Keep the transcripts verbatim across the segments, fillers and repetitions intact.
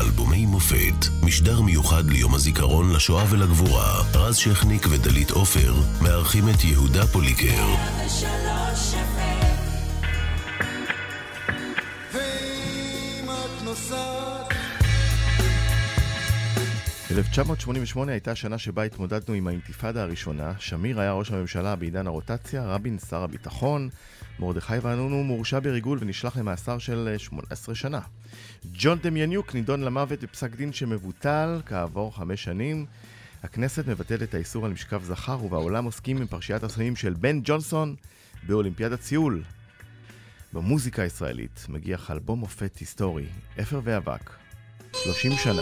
אלבומי מופת, משדר מיוחד ליום הזיכרון לשואה ולגבורה. רז שכניק ודלית עופר מארחים את יהודה פוליקר. אלף תשע מאות שמונים ושמונה הייתה השנה שבה התמודדנו עם האינתיפאדה הראשונה. שמיר היה ראש הממשלה בעידן הרוטציה, רבין שר הביטחון, מרדכי ואנונו מורשע בריגול ונשלח למאסר של שמונה עשרה שנה. ג'ון דמיאניוק נידון למוות בפסק דין שמבוטל כעבור חמש שנים. הכנסת מבטלת את האיסור על משכב זכר, ובעולם עוסקים עם פרשיית הסמים של בן ג'ונסון באולימפיאדת סיול. במוזיקה הישראלית מגיע אלבום מופת היסטורי, אפר ואבק, שלושים שנה.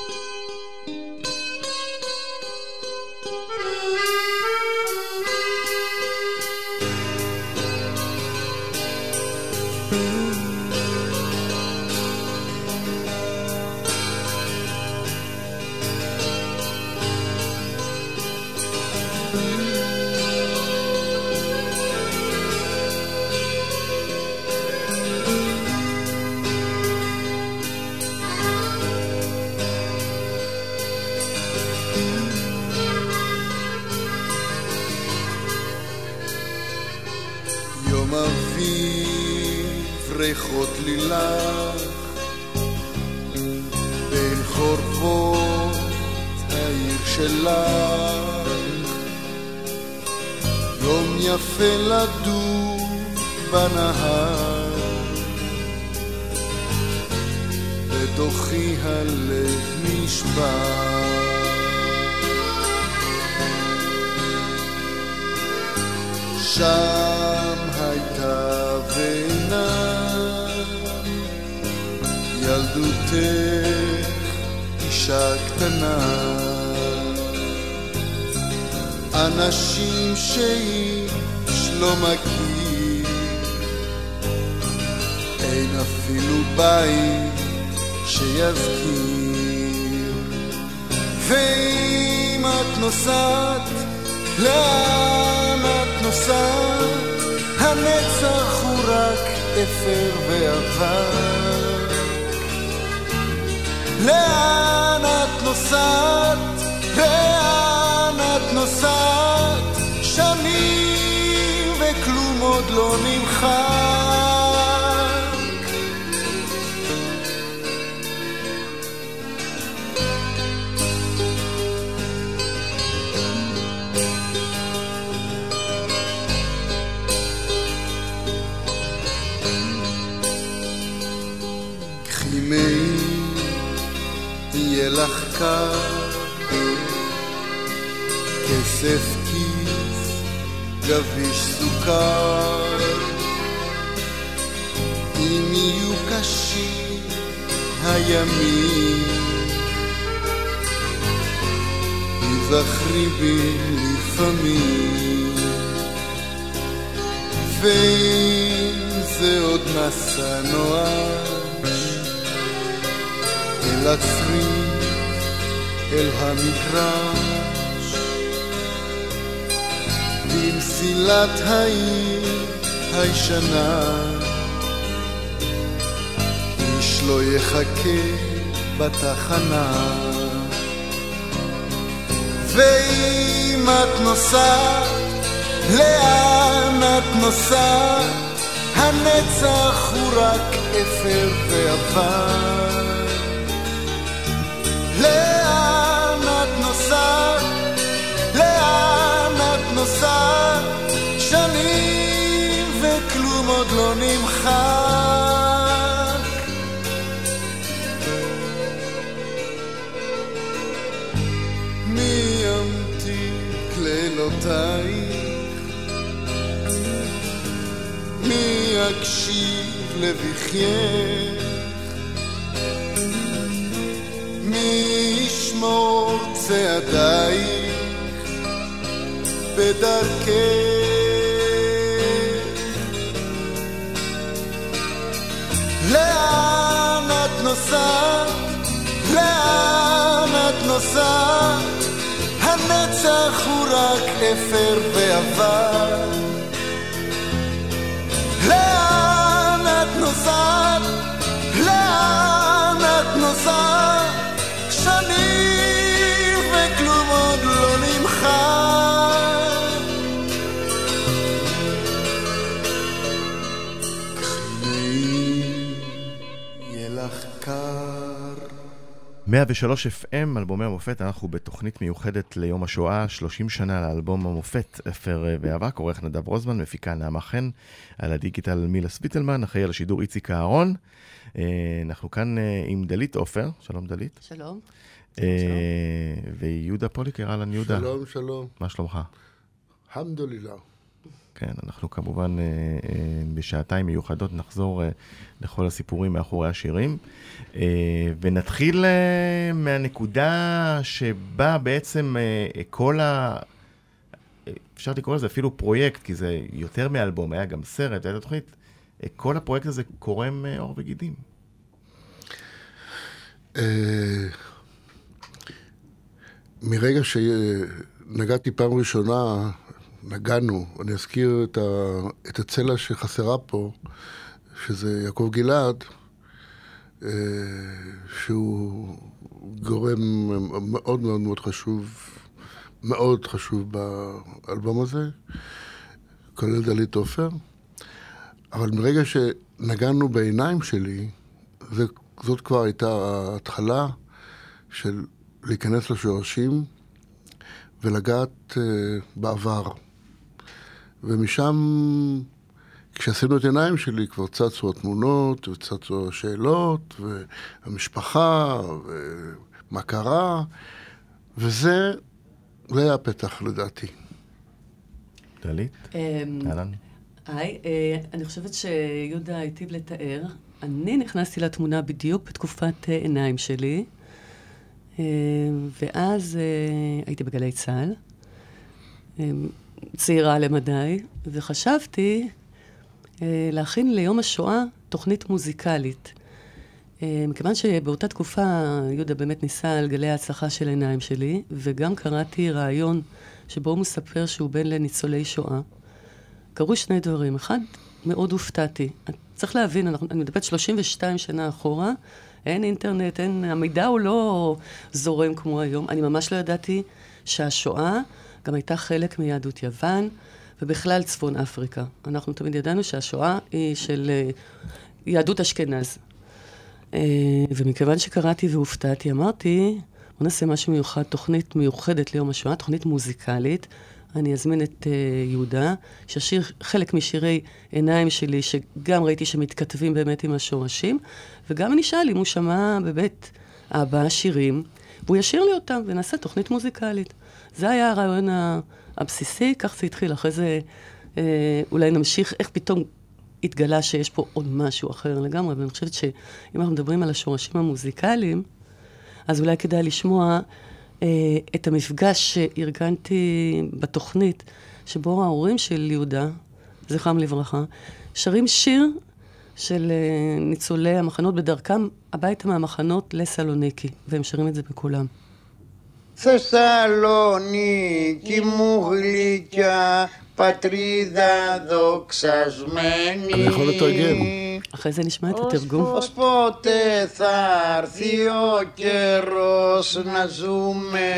ריחות לילך בין חורבות העיר שלך, יום יפה לדור בנהר, בתוכי הלב נשבר. שם הייתה בינה ילדותך, אישה קטנה, אנשים שאיש לא מכיר, אין אפילו בית שיזכיר. ואם את נוסעת, לאן את נוסעת? הנצח הוא רק אפר ואבק. לאן את נוסעת? לאן את נוסעת? שנים וכלום עוד לא נמחק. קחי מי יהיה לך קר, כסף כיס, גביש סוכר. אם יהיו קשים הימים, תזכרי בי לפעמים. ואם זה עוד מסע נואש אל הצריף, אל המגרש, במסילת העיר הישנה, איש לא יחכה בתחנה. ואם את נוסעת, לאן את נוסעת? הנצח הוא רק אפר ואבק. לאן את נוסעת? לאן את נוסעת? שנים וכלום עוד לא נמחק. מי ימתיק לילותייך? מי יקשיב לבכייך? מי ישמור צעדייך בדרכך? לאן את נוסעת? לאן את נוסעת? הנצח הוא רק אפר ואבק. לאן את נוסעת? לאן את נוסעת? לך קר. מאה ושלוש אף אם, אלבומי המופת, אנחנו בתוכנית מיוחדת ליום השואה, שלושים שנה לאלבום המופת, אפר ואבק, עורך נדב רוזמן, מפיקה נעמה חן, על הדיגיטל מילה ספיטלמן, אחראי על השידור איציק אהרון. אנחנו כאן עם דלית אופר, שלום דלית. שלום. ויהודה פוליקר, אהלן יהודה. שלום, שלום. מה שלומך? אלחמדולילlah. כן, אנחנו כמובן בשעתיים מיוחדות נחזור לכל הסיפורים מאחורי השירים, ונתחיל מהנקודה שבה בעצם כל ה... אפשר לקרוא לזה אפילו פרויקט, כי זה יותר מאלבום, היה גם סרט, הייתה תוכנית, כל הפרויקט הזה קורם אור וגידים. מרגע שנגעתי פעם ראשונה, נגענו, אני אזכיר את, ה, את הצלע שחסרה פה, שזה יעקב גלעד, שהוא גורם מאוד מאוד מאוד חשוב, מאוד חשוב באלבום הזה, כולל דלית אופר. אבל מרגע שנגענו בעיניים שלי, זה, זאת כבר הייתה ההתחלה של להיכנס לשורשים ולגעת uh, בעבר. ומשם, כשעשינו את העיניים שלי, כבר צצו התמונות, וצצו השאלות, והמשפחה, ומה קרה, וזה, זה היה הפתח לדעתי. דלית? אהלן. היי, אני חושבת שיהודה היטיב לתאר. אני נכנסתי לתמונה בדיוק בתקופת עיניים שלי, ואז הייתי בגלי צהל, צעירה למדי, וחשבתי להכין ליום השואה תוכנית מוזיקלית. מכיוון שבאותה תקופה יהודה באמת ניסה על גלי ההצלחה של העיניים שלי, וגם קראתי רעיון שבו הוא מספר שהוא בן לניצולי שואה. קרו שני דברים. אחד, מאוד הופתעתי. צריך להבין, אנחנו, אני מדברת שלושים ושתיים שנה אחורה, אין אינטרנט, אין, המידע הוא לא זורם כמו היום. אני ממש לא ידעתי שהשואה גם הייתה חלק מיהדות יוון, ובכלל צפון אפריקה. אנחנו תמיד ידענו שהשואה היא של יהדות אשכנז. ומכיוון שקראתי והופתעתי, אמרתי, בוא נעשה משהו מיוחד, תוכנית מיוחדת ליום השואה, תוכנית מוזיקלית. אני אזמין את יהודה, ששיר חלק משירי עיניים שלי, שגם ראיתי שמתכתבים באמת עם השורשים, וגם אני שאל אם הוא שמע בבית אבא שירים, והוא ישיר לי אותם, ונעשה תוכנית מוזיקלית. זה היה הרעיון הבסיסי, כך זה התחיל. אחרי זה אה, אולי נמשיך, איך פתאום התגלה שיש פה עוד משהו אחר לגמרי, ואני חושבת שאם אנחנו מדברים על השורשים המוזיקליים, אז אולי כדאי לשמוע אה, את המפגש שארגנתי בתוכנית, שבו ההורים של יהודה, זכרם לברכה, שרים שיר של אה, ניצולי המחנות בדרכם הביתה מהמחנות לסלוניקי, והם שרים את זה בכולם. Θεσσαλονίκη μου γλυκιά, πατρίδα δοξασμένη. אני יכול לתרגם. אחרי זה נשמע את התרגום. Ως πότε θα έρθει ο καιρός να ζούμε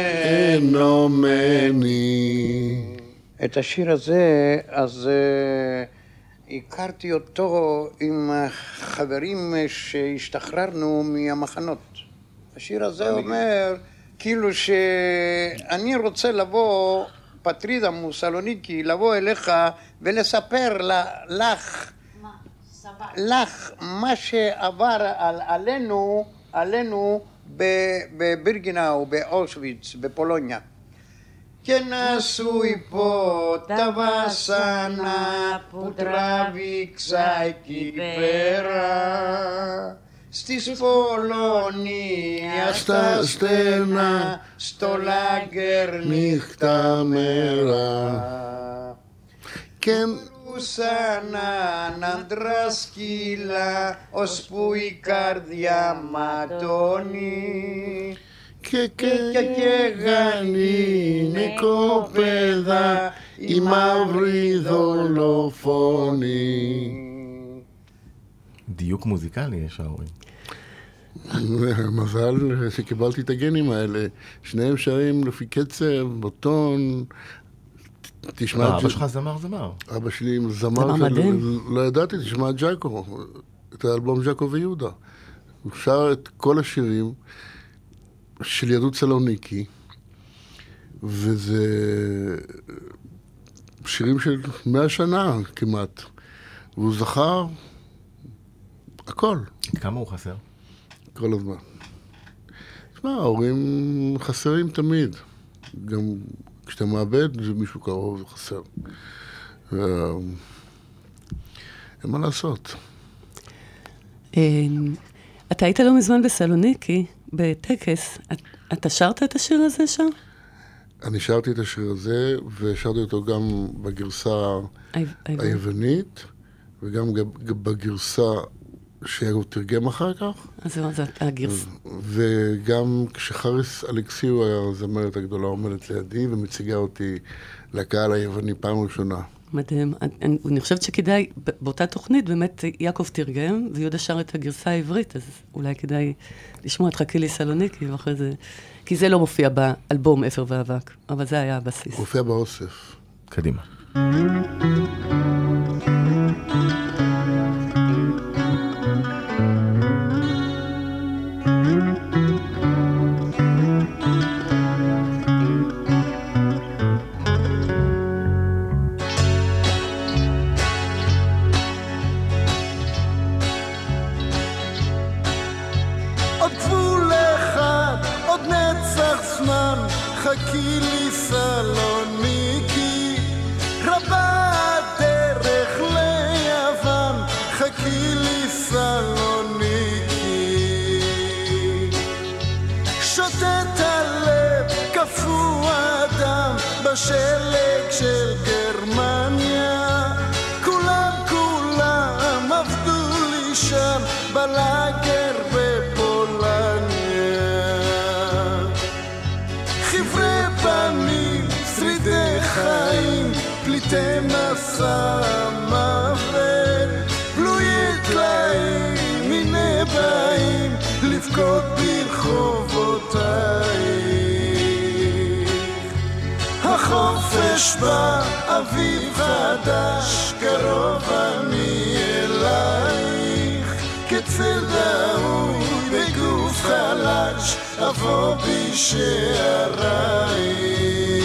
ενωμένοι. את השיר הזה, אז הכרתי אותו עם חברים שהשתחררנו מהמחנות. השיר הזה אומר כאילו שאני רוצה לבוא, פטרידה מוסלוניקי, לבוא אליך ולספר לך, לך מה שעבר על, עלינו, עלינו בבירגנאו, באושוויץ, בפולוניה. Και να σου πω τα βάσανα που τράβηξα εκεί πέρα στις Πολωνία, στα στένα, στο λάγκερ νύχτα μέρα. Και μπορούσα να άντρα σκύλα, ώσπου η καρδιά ματώνει. Και καίγανε κοπέδα η μαύρη δολοφόνη. דיוק מוזיקלי יש ההורים. מזל שקיבלתי את הגנים האלה. שניהם שרים לפי קצב, בוטון. תשמע, אבא שלך זמר זמר. אבא שלי זמר, לא ידעתי, תשמע ג'קו, את האלבום ג'קו ויהודה. הוא שר את כל השירים של יהדות סלוניקי, וזה שירים של מאה שנה כמעט, והוא זכר הכל. כמה הוא חסר? כל הזמן. תשמע, ההורים חסרים תמיד. גם כשאתה מאבד, זה מישהו קרוב, זה חסר. אין מה לעשות. אתה היית לא מזמן בסלוניקי, בטקס. אתה שרת את השיר הזה שם? אני שרתי את השיר הזה, ושרתי אותו גם בגרסה היוונית, וגם בגרסה שיגוב תרגם אחר כך. אז זה הגרסה. וגם כשחריס אלכסיו היה הזמרת הגדולה עומדת לידי, ומציגה אותי לקהל היווני פעם ראשונה. מדהים. אני, אני חושבת שכדאי, באותה תוכנית באמת יעקב תרגם, ויהודה שר את הגרסה העברית, אז אולי כדאי לשמוע את חכי לי סלוניקי, ואחרי זה... כי זה לא מופיע באלבום אפר ואבק, אבל זה היה הבסיס. מופיע באוסף. קדימה. חכי לי סלוניקי, רבה הדרך ליוון, חכי לי סלוניקי. שוטט הלב, קפוא הדם, בשלג של גרמניה, כולם כולם עבדו לי שם, בלאגר בפולניה. חבר'ה בנים, שרידי חיים, פליטי מסע מוות, בלויי טלאים, הנה באים, לבכות ברחובותייך. החופש בא, אביב חדש, קרוב אני אלייך, כצל דהוי בגוף חלש, אבוא בשערייך.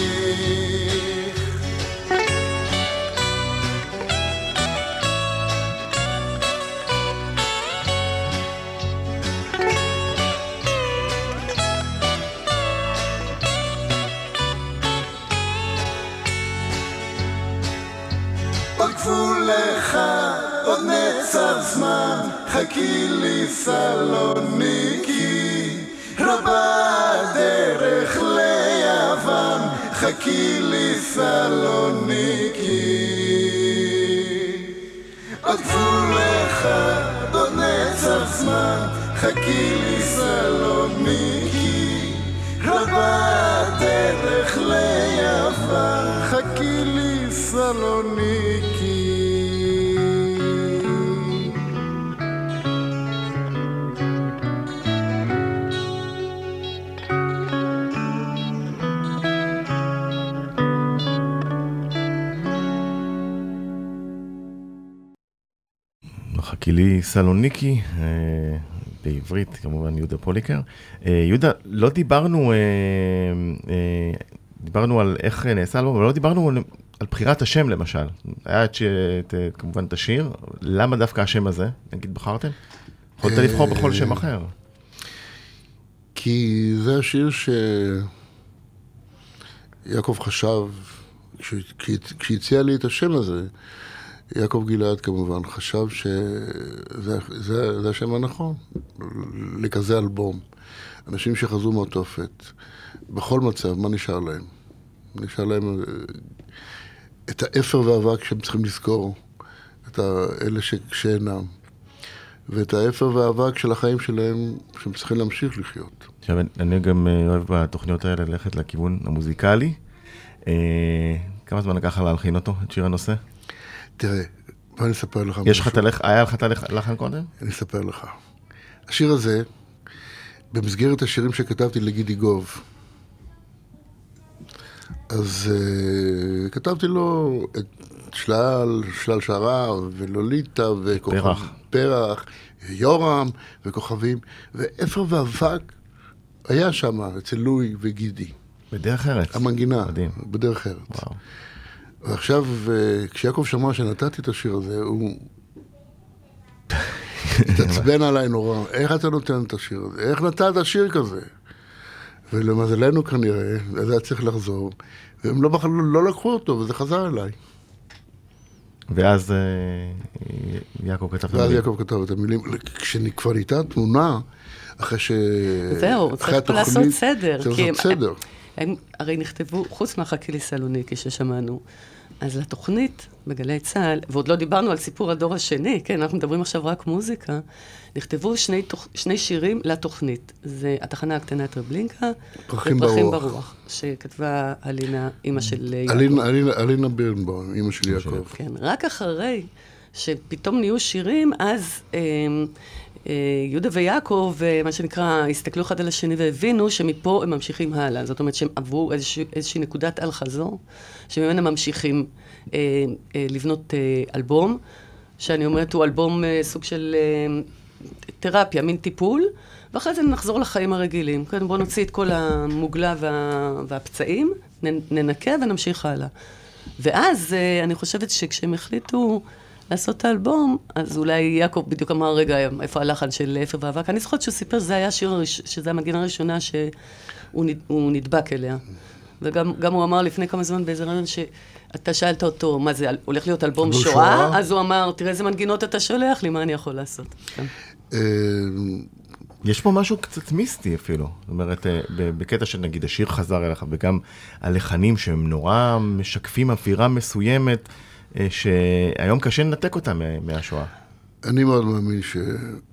עוד גבול לך, עוד נצח זמן, חכי לי סלוניקי, רבה דרך ליוון, חכי לי סלוניקי. עוד גבול לך, עוד נצח זמן, חכי לי סלוניקי, רבה דרך ליוון, חכי לי סלוניקי. חכי לי סלוניקי, בעברית כמובן יהודה פוליקר. יהודה, לא דיברנו, דיברנו על איך נעשה אלבום, אבל לא דיברנו על בחירת השם למשל. היה כמובן את השיר, למה דווקא השם הזה, נגיד בחרתם? יכולת לבחור בכל שם אחר. כי זה השיר שיעקב חשב, כשהציע לי את השם הזה, יעקב גלעד כמובן חשב שזה זה, זה השם הנכון, לכזה אלבום. אנשים שחזו מהתופת, בכל מצב, מה נשאר להם? נשאר להם את האפר והאבק שהם צריכים לזכור, את אלה שאינם, ואת האפר והאבק של החיים שלהם שהם צריכים להמשיך לחיות. עכשיו, אני גם אוהב בתוכניות האלה ללכת לכיוון המוזיקלי. כמה זמן לקח להלחין אותו, את שיר הנושא? תראה, בוא אני אספר לך. יש לך תלך, היה לך תלחן קודם? אני אספר לך. השיר הזה, במסגרת השירים שכתבתי לגידי גוב, אז uh, כתבתי לו את שלל, שלל שערה, ולוליטה, וכוכב פרח, יורם וכוכבים, ואפר ואבק היה שם אצל לואי וגידי. בדרך ארץ. המנגינה, מדהים. בדרך ארץ. וואו. ועכשיו, כשיעקב שמע שנתתי את השיר הזה, הוא התעצבן עליי נורא. איך אתה נותן את השיר הזה? איך נתת שיר כזה? ולמזלנו כנראה, אז היה צריך לחזור, והם לא, לא לקחו אותו, וזה חזר אליי. ואז יעקב כתב את המילים. ואז יעקב כתב את המילים. כשכבר הייתה תמונה, אחרי ש... זהו, צריך לעשות סדר. צריך לעשות סדר. הם הרי נכתבו, חוץ מהחכי לסלוניקי ששמענו, אז לתוכנית בגלי צהל, ועוד לא דיברנו על סיפור הדור השני, כן, אנחנו מדברים עכשיו רק מוזיקה, נכתבו שני, שני שירים לתוכנית. זה התחנה הקטנה טרבלינקה, פרחים ופרחים ברוח. ברוח, שכתבה אלינה, אמא של יעקב. אלינה, אלינה, אלינה בירנבאום, אמא של יעקב. כן, רק אחרי שפתאום נהיו שירים, אז אה, אה, יהודה ויעקב, מה שנקרא, הסתכלו אחד על השני והבינו שמפה הם ממשיכים הלאה. זאת אומרת שהם עברו איזושה, איזושהי נקודת על חזור, שממנה ממשיכים אה, אה, לבנות אה, אלבום, שאני אומרת הוא אלבום אה, סוג של אה, תרפיה, מין טיפול, ואחרי זה נחזור לחיים הרגילים. כן, בואו נוציא את כל המוגלה וה, והפצעים, ננקה ונמשיך הלאה. ואז אה, אני חושבת שכשהם החליטו לעשות את האלבום, אז אולי יעקב בדיוק אמר, רגע, איפה הלחן של אפר ואבק? אני זוכרת שהוא סיפר שזה היה השיר, שזה המנגינה הראשונה שהוא נדבק אליה. וגם גם הוא אמר לפני כמה זמן באיזה רעיון שאתה שאלת אותו, מה זה, הולך להיות אלבום שואה? אז הוא אמר, תראה איזה מנגינות אתה שולח לי, מה אני יכול לעשות? יש פה משהו קצת מיסטי אפילו. זאת אומרת, בקטע של נגיד השיר חזר אליך, וגם הלחנים שהם נורא משקפים אווירה מסוימת, שהיום קשה לנתק אותה מהשואה. אני מאוד מאמין ש...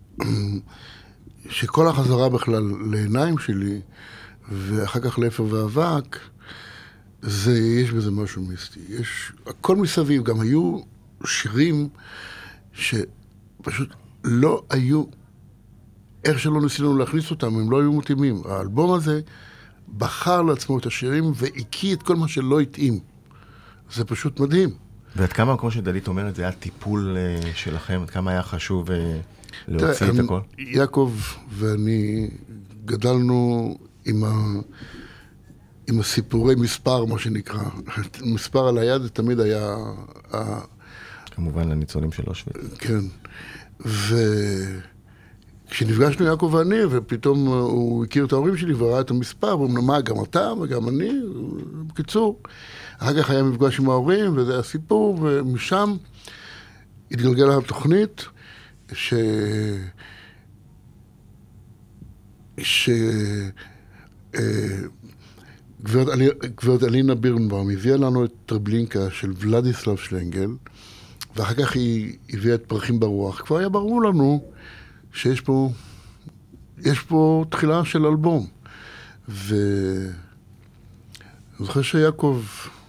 שכל החזרה בכלל לעיניים שלי, ואחר כך לאפר ואבק, זה, יש בזה משהו מיסטי. יש, הכל מסביב, גם היו שירים שפשוט לא היו, איך שלא ניסינו להכניס אותם, הם לא היו מתאימים. האלבום הזה בחר לעצמו את השירים והקיא את כל מה שלא התאים. זה פשוט מדהים. ועד כמה, כמו שדלית אומרת, זה היה טיפול שלכם, עד כמה היה חשוב להוציא את הכל? יעקב ואני גדלנו עם, ה... עם הסיפורי מספר, מה שנקרא. מספר על היד זה תמיד היה... ה... כמובן לניצולים של אושוויץ. כן. וכשנפגשנו יעקב ואני, ופתאום הוא הכיר את ההורים שלי וראה את המספר, הוא אמר, מה, גם אתה וגם אני? בקיצור, אחר כך היה מפגש עם ההורים, וזה היה סיפור, ומשם התגלגלה התוכנית, ש... ש... גברת, גברת אלינה בירנבאום הביאה לנו את טרבלינקה של ולדיסלב שלנגל, ואחר כך היא הביאה את פרחים ברוח. כבר היה ברור לנו שיש פה, יש פה תחילה של אלבום. ואני זוכר שיעקב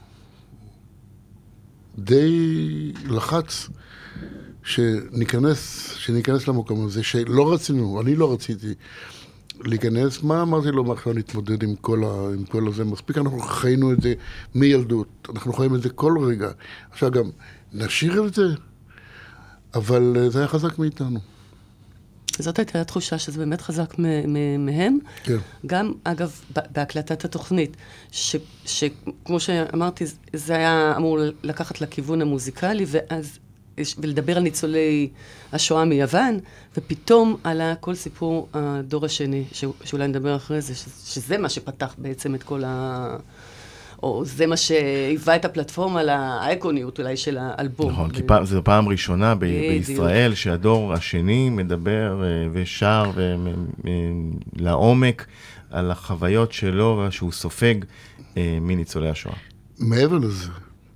די לחץ שניכנס, שניכנס למקום הזה, שלא רצינו, אני לא רציתי להיכנס. מה אמרתי לו, מה עכשיו נתמודד עם כל, ה, עם כל הזה? מספיק, אנחנו חיינו את זה מילדות, אנחנו חיים את זה כל רגע. עכשיו גם נשאיר את זה, אבל זה היה חזק מאיתנו. זאת הייתה התחושה שזה באמת חזק מהם. כן. גם, אגב, בהקלטת התוכנית, שכמו שאמרתי, זה היה אמור לקחת לכיוון המוזיקלי, ואז, ולדבר על ניצולי השואה מיוון, ופתאום עלה כל סיפור הדור השני, שאולי נדבר אחרי זה, שזה מה שפתח בעצם את כל ה... או זה מה שהיווה את הפלטפורמה לאיקוניות אולי של האלבום. נכון, כי זו פעם ראשונה בישראל שהדור השני מדבר ושר לעומק על החוויות שלו שהוא סופג מניצולי השואה. מעבר לזה,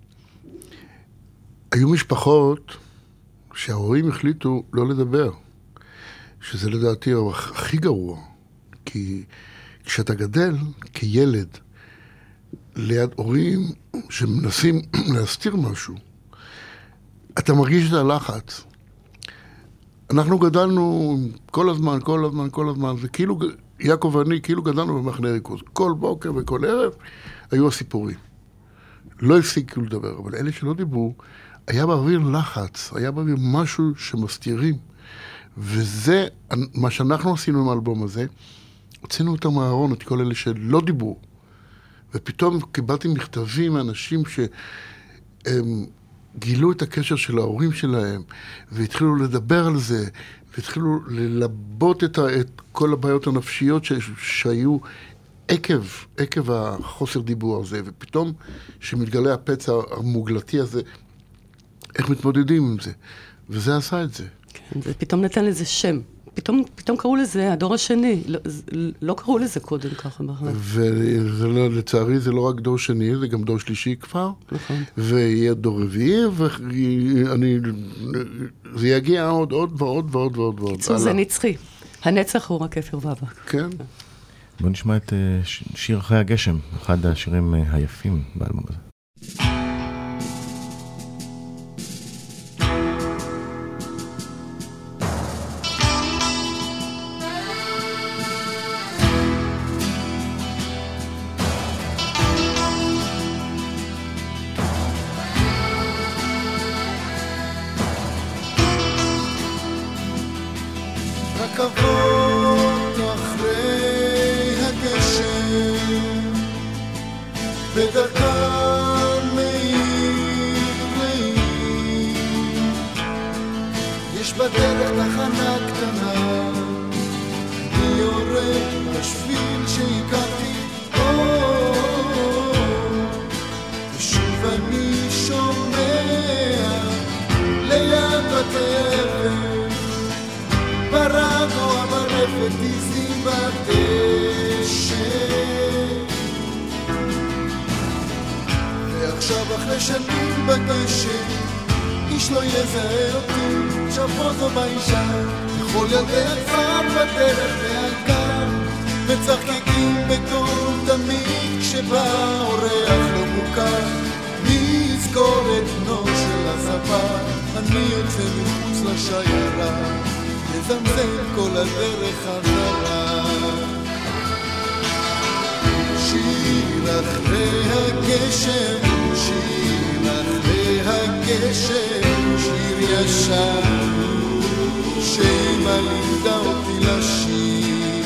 היו משפחות שההורים החליטו לא לדבר, שזה לדעתי הכי גרוע, כי כשאתה גדל כילד, ליד הורים שמנסים להסתיר משהו, אתה מרגיש את הלחץ. אנחנו גדלנו כל הזמן, כל הזמן, כל הזמן, וכאילו, יעקב ואני, כאילו גדלנו במחנה ריכוז. כל בוקר וכל ערב היו הסיפורים. לא הפסיקו לדבר, אבל אלה שלא דיברו, היה באוויר לחץ, היה באוויר משהו שמסתירים. וזה מה שאנחנו עשינו עם האלבום הזה, הוצאנו אותם מהארון, את כל אלה שלא דיברו, ופתאום קיבלתי מכתבים מאנשים שהם גילו את הקשר של ההורים שלהם, והתחילו לדבר על זה, והתחילו ללבות את, ה, את כל הבעיות הנפשיות ש, שהיו עקב, עקב החוסר דיבור הזה, ופתאום שמתגלה הפצע המוגלתי הזה, איך מתמודדים עם זה, וזה עשה את זה. כן, זה פתאום נתן לזה שם. פתאום, פתאום קראו לזה הדור השני, לא, לא קראו לזה קודם ככה בכלל. ולצערי זה לא רק דור שני, זה גם דור שלישי כבר. נכון. ויהיה דור רביעי, ואני, זה יגיע עוד, עוד ועוד ועוד ועוד ועוד. קיצור, זה נצחי. הנצח הוא רק אפר ואבק. כן. בואו נשמע את שיר אחרי הגשם, אחד השירים היפים באלבום הזה. רכבות אחרי הגשם בדרכן מעיר לעיר, יש בדרך תחנה קטנה, אני יורד בשביל שהכרתי, ושוב אני שומע ליד בטרם ברנוע ברפת איזים בדשא, ועכשיו אחרי שנים בגשם איש לא יזהה אותי, שפות או באישה, לכל ילדי הכפר בדרך והגר מצחקקים בקול תמיד כשבא אורח לא מוכר, מי יזכור את בנו של הספר, אני יוצא מחוץ לשיירה לזמזם כל הדרך חזרה, שיר אחרי הגשם, שיר אחרי הגשם, שיר ישן שאמא לימדה אותי לשיר,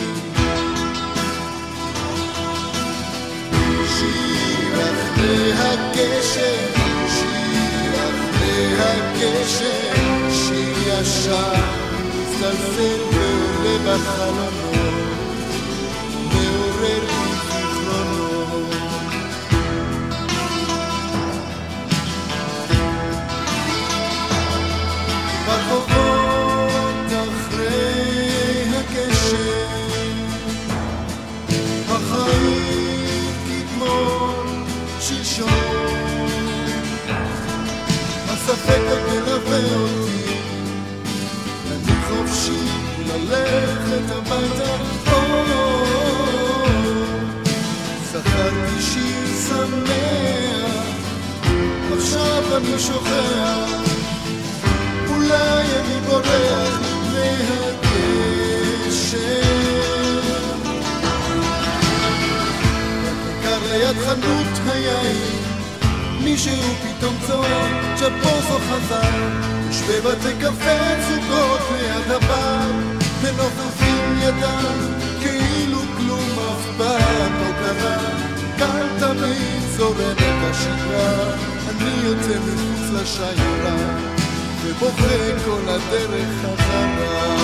שיר אחרי הגשם, שיר אחרי הגשם, שיר ישן צלצל ועולה בחלונות, מעורר לי זיכרונות. ברחובות אחרי הגשם, החיים כתמול שלשום, הספק מלווה אותי, חופשי ללכת הביתה, זכרתי שיר שמח, עכשיו אני שוכח, אולי אני בורח מהגשם, בכיכר ליד חנות היין, מישהו פתאום צועק, צ'פוזו חזר, בבתי קפה צוקות ליד הבר, מנופפים ידם כאילו כלום אף פעם לא קרה, כאן תמיד זורמת השגרה, אני יוצא מחוץ לשיירה ובוכה כל הדרך חזרה,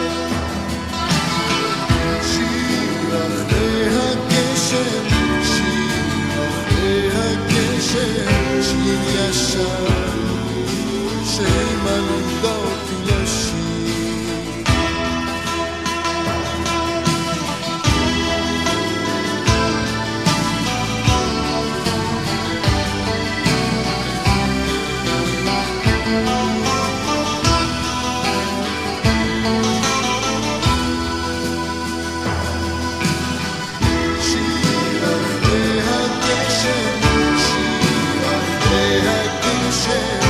שיר אחרי הגשם, שיר אחרי הגשם, שיר ישן שאמא לימדה אותי לשיר, שיר אחרי הגשם, שיר אחרי הגשם,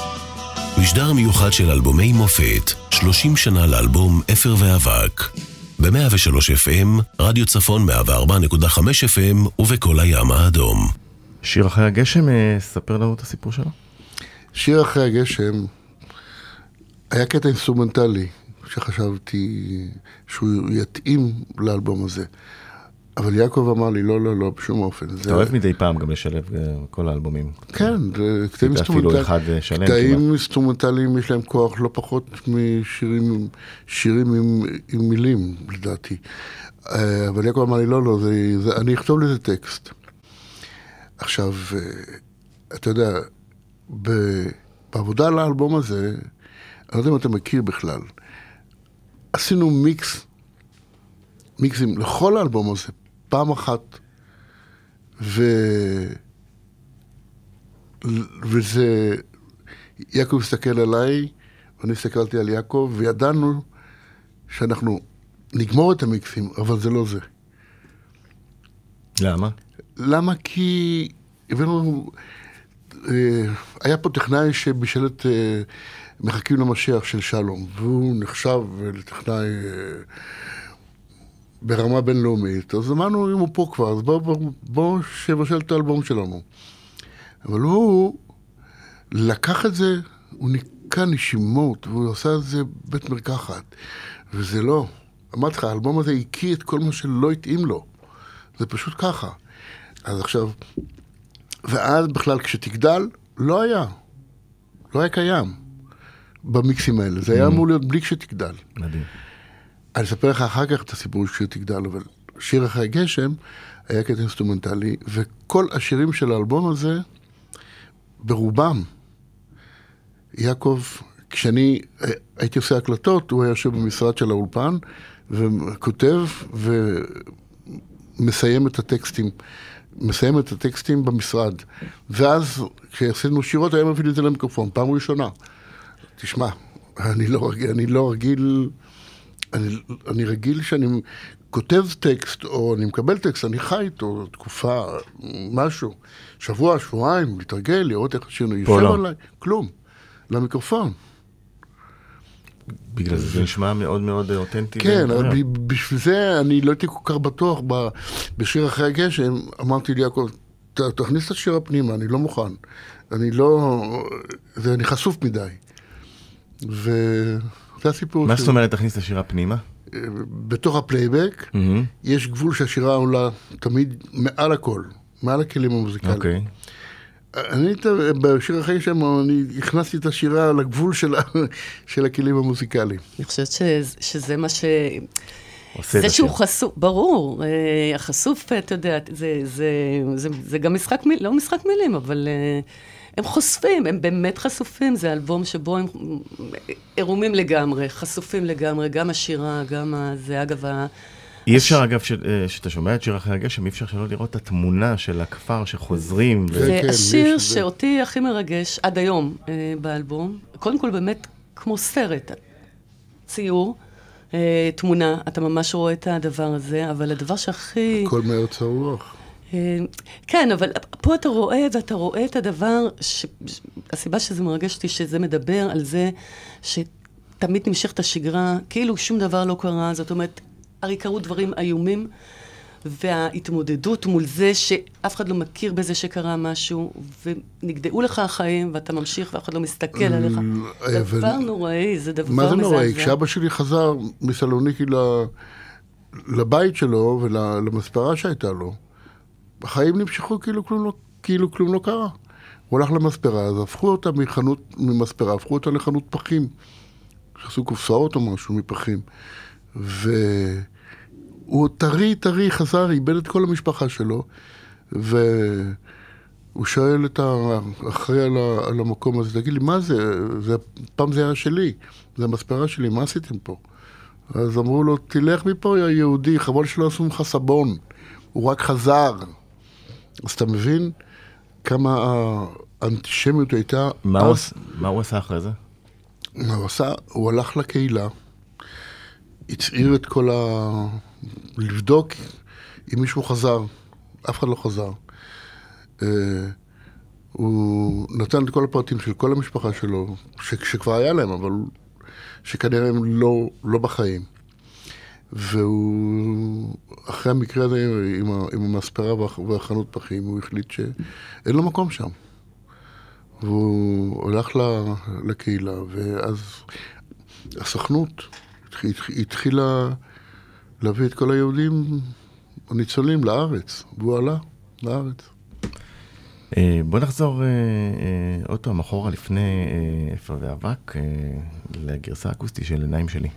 משדר מיוחד של אלבומי מופת, שלושים שנה לאלבום אפר ואבק. ב-מאה ושלוש אף אם, רדיו צפון מאה וארבע נקודה חמש אף אם ובכל הים האדום. שיר אחרי הגשם, ספר לנו את הסיפור שלו. שיר אחרי הגשם היה קטע אינסטרומנטלי שחשבתי שהוא יתאים לאלבום הזה. אבל יעקב אמר לי, לא, לא, לא, בשום אופן. אתה אוהב מדי פעם גם לשלב כל האלבומים. כן, קטעים אינסטרומנטליים יש להם כוח לא פחות משירים עם מילים, לדעתי. אבל יעקב אמר לי, לא, לא, אני אכתוב לזה טקסט. עכשיו, אתה יודע, בעבודה על האלבום הזה, אני לא יודע אם אתה מכיר בכלל, עשינו מיקס, מיקסים לכל האלבום הזה, פעם אחת, ו... וזה, יעקב הסתכל עליי, ואני הסתכלתי על יעקב, וידענו שאנחנו נגמור את המיקסים, אבל זה לא זה. למה? למה? כי הבאנו, היה פה טכנאי שבישל את מחכים למשיח של שלום, והוא נחשב לטכנאי ברמה בינלאומית, אז אמרנו, אם הוא פה כבר, אז בואו בוא, בוא שבשל את האלבום שלנו. אבל הוא לקח את זה, הוא ניקה נשימות, והוא עושה את זה בית מרקחת, וזה לא. אמרתי לך, האלבום הזה הקיא את כל מה שלא התאים לו. זה פשוט ככה. אז עכשיו, ואז בכלל כשתגדל, לא היה. לא היה קיים במיקסים האלה. זה היה אמור להיות בלי כשתגדל. מדהים. אני אספר לך אחר כך את הסיפור שתגדל, אבל שיר אחרי גשם היה קטע אינסטרומנטלי, וכל השירים של האלבום הזה, ברובם, יעקב, כשאני הייתי עושה הקלטות, הוא היה יושב במשרד של האולפן, וכותב ומסיים את הטקסטים, מסיים את הטקסטים במשרד. ואז כשעשינו שירות, היה מביא לי את זה למיקרופון, פעם ראשונה. תשמע, אני לא רגיל, אני לא רגיל, אני, אני רגיל שאני כותב טקסט, או אני מקבל טקסט, אני חי איתו תקופה, משהו, שבוע, שבועיים, להתרגל, לראות איך השיר יושב עליי, כלום, למיקרופון. בגלל זה זה נשמע מאוד מאוד אותנטי. כן, בשביל זה אני לא הייתי כל כך בטוח בשיר אחרי הגשם, אמרתי לי, יעקב, תכניס את השיר הפנימה, אני לא מוכן. אני לא, זה אני חשוף מדי. וזה הסיפור. מה זאת אומרת תכניס את השיר הפנימה? בתוך הפלייבק, יש גבול שהשירה עולה תמיד מעל הכל, מעל הכלים המוזיקליים. אוקיי. אני, בשיר אחרי שם, אני הכנסתי את השירה לגבול של, של הכלים המוזיקליים. אני חושבת ש, שזה מה ש... עושה זה שהוא חשוף, ברור, החשוף, אתה יודע, זה, זה, זה, זה גם משחק מילים, לא משחק מילים, אבל הם חושפים, הם באמת חשופים, זה אלבום שבו הם עירומים לגמרי, חשופים לגמרי, גם השירה, גם זה, אגב, אי אפשר, אגב, שאתה שומע את שיר אחרי הגשם, אי אפשר שלא לראות את התמונה של הכפר שחוזרים. זה השיר שאותי הכי מרגש עד היום באלבום. קודם כל, באמת, כמו סרט, ציור, תמונה, אתה ממש רואה את הדבר הזה, אבל הדבר שהכי... הכל מארץ הרוח. כן, אבל פה אתה רואה, ואתה רואה את הדבר, הסיבה שזה מרגש אותי, שזה מדבר על זה שתמיד נמשך את השגרה, כאילו שום דבר לא קרה, זאת אומרת, הרי קרו דברים איומים, וההתמודדות מול זה שאף אחד לא מכיר בזה שקרה משהו, ונגדעו לך החיים, ואתה ממשיך ואף אחד לא מסתכל עליך. דבר נוראי, זה דבר מזעזע. מה זה נוראי? כשאבא שלי חזר מסלוניקי לבית שלו ולמספרה שהייתה לו, החיים נמשכו כאילו כלום לא קרה. הוא הלך למספרה, אז הפכו אותה ממספרה, הפכו אותה לחנות פחים. שעשו קופסאות או משהו מפחים. והוא טרי, טרי, חזר, איבד את כל המשפחה שלו, והוא שואל את האחראי על, על המקום הזה, תגיד לי, מה זה? זה? פעם זה היה שלי, זה המספרה שלי, מה עשיתם פה? אז אמרו לו, תלך מפה, יא יהודי, חבל שלא עשו ממך סבון, הוא רק חזר. אז אתה מבין כמה האנטישמיות הייתה... מה, אז... הוא, מה הוא עשה אחרי זה? מה הוא עשה? הוא הלך לקהילה, הצעיר את כל ה... לבדוק אם מישהו חזר. אף אחד לא חזר. Uh, הוא נתן את כל הפרטים של כל המשפחה שלו, ש... שכבר היה להם, אבל שכנראה הם לא, לא בחיים. והוא, אחרי המקרה הזה, עם, ה, עם המספרה והחנות פחים, הוא החליט שאין לו מקום שם. והוא הולך לקהילה, ואז הסוכנות התחילה להביא את כל היהודים הניצולים לארץ, והוא עלה לארץ. בוא נחזור עוד פעם אחורה לפני אפר ואבק, לגרסה האקוסטית של עיניים שלי.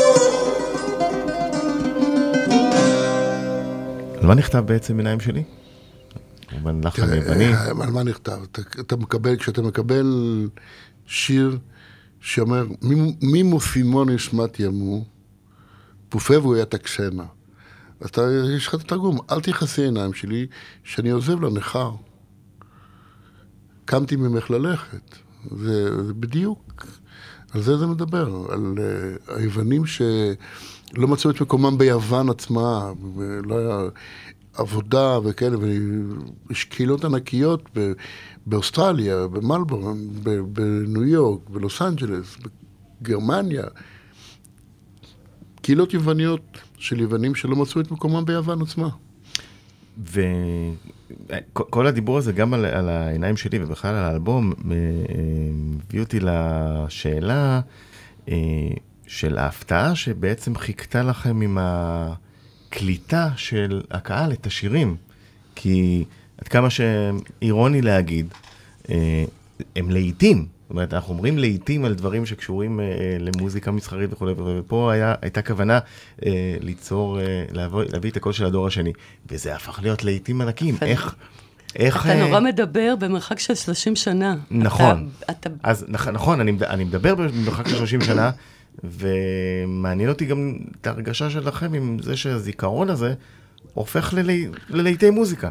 מה נכתב בעצם עיניים שלי? בלחן היווני. על מה נכתב? אתה מקבל, כשאתה מקבל שיר שאומר, מי מופימוניס מת ימו, פופבו היה תקסנה. אתה, יש לך את התרגום, אל תיחסי עיניים שלי, שאני עוזב לנחר. קמתי ממך ללכת. זה, זה בדיוק, על זה זה מדבר, על uh, היוונים שלא מצאו את מקומם ביוון עצמה, ולא היה עבודה וכאלה, ויש קהילות ענקיות ב, באוסטרליה, במלבורן, בניו יורק, בלוס אנג'לס, בגרמניה, קהילות יווניות של יוונים שלא מצאו את מקומם ביוון עצמה. וכל הדיבור הזה גם על, על העיניים שלי ובכלל על האלבום מביא אותי לשאלה של ההפתעה שבעצם חיכתה לכם עם הקליטה של הקהל את השירים, כי עד כמה שאירוני להגיד הם לעיתים, זאת אומרת, אנחנו אומרים לעיתים על דברים שקשורים אה, למוזיקה מסחרית וכו' וכו', ופה היה, הייתה כוונה אה, ליצור, אה, להביא, להביא את הקול של הדור השני, וזה הפך להיות לעיתים ענקים. איך, איך... אתה אה... נורא מדבר במרחק של שלושים שנה. נכון. אתה, אתה... אז נכון, אני, אני מדבר במרחק של שלושים שנה, ומעניין אותי גם את ההרגשה שלכם עם זה שהזיכרון הזה הופך ללי, ללעיתי מוזיקה.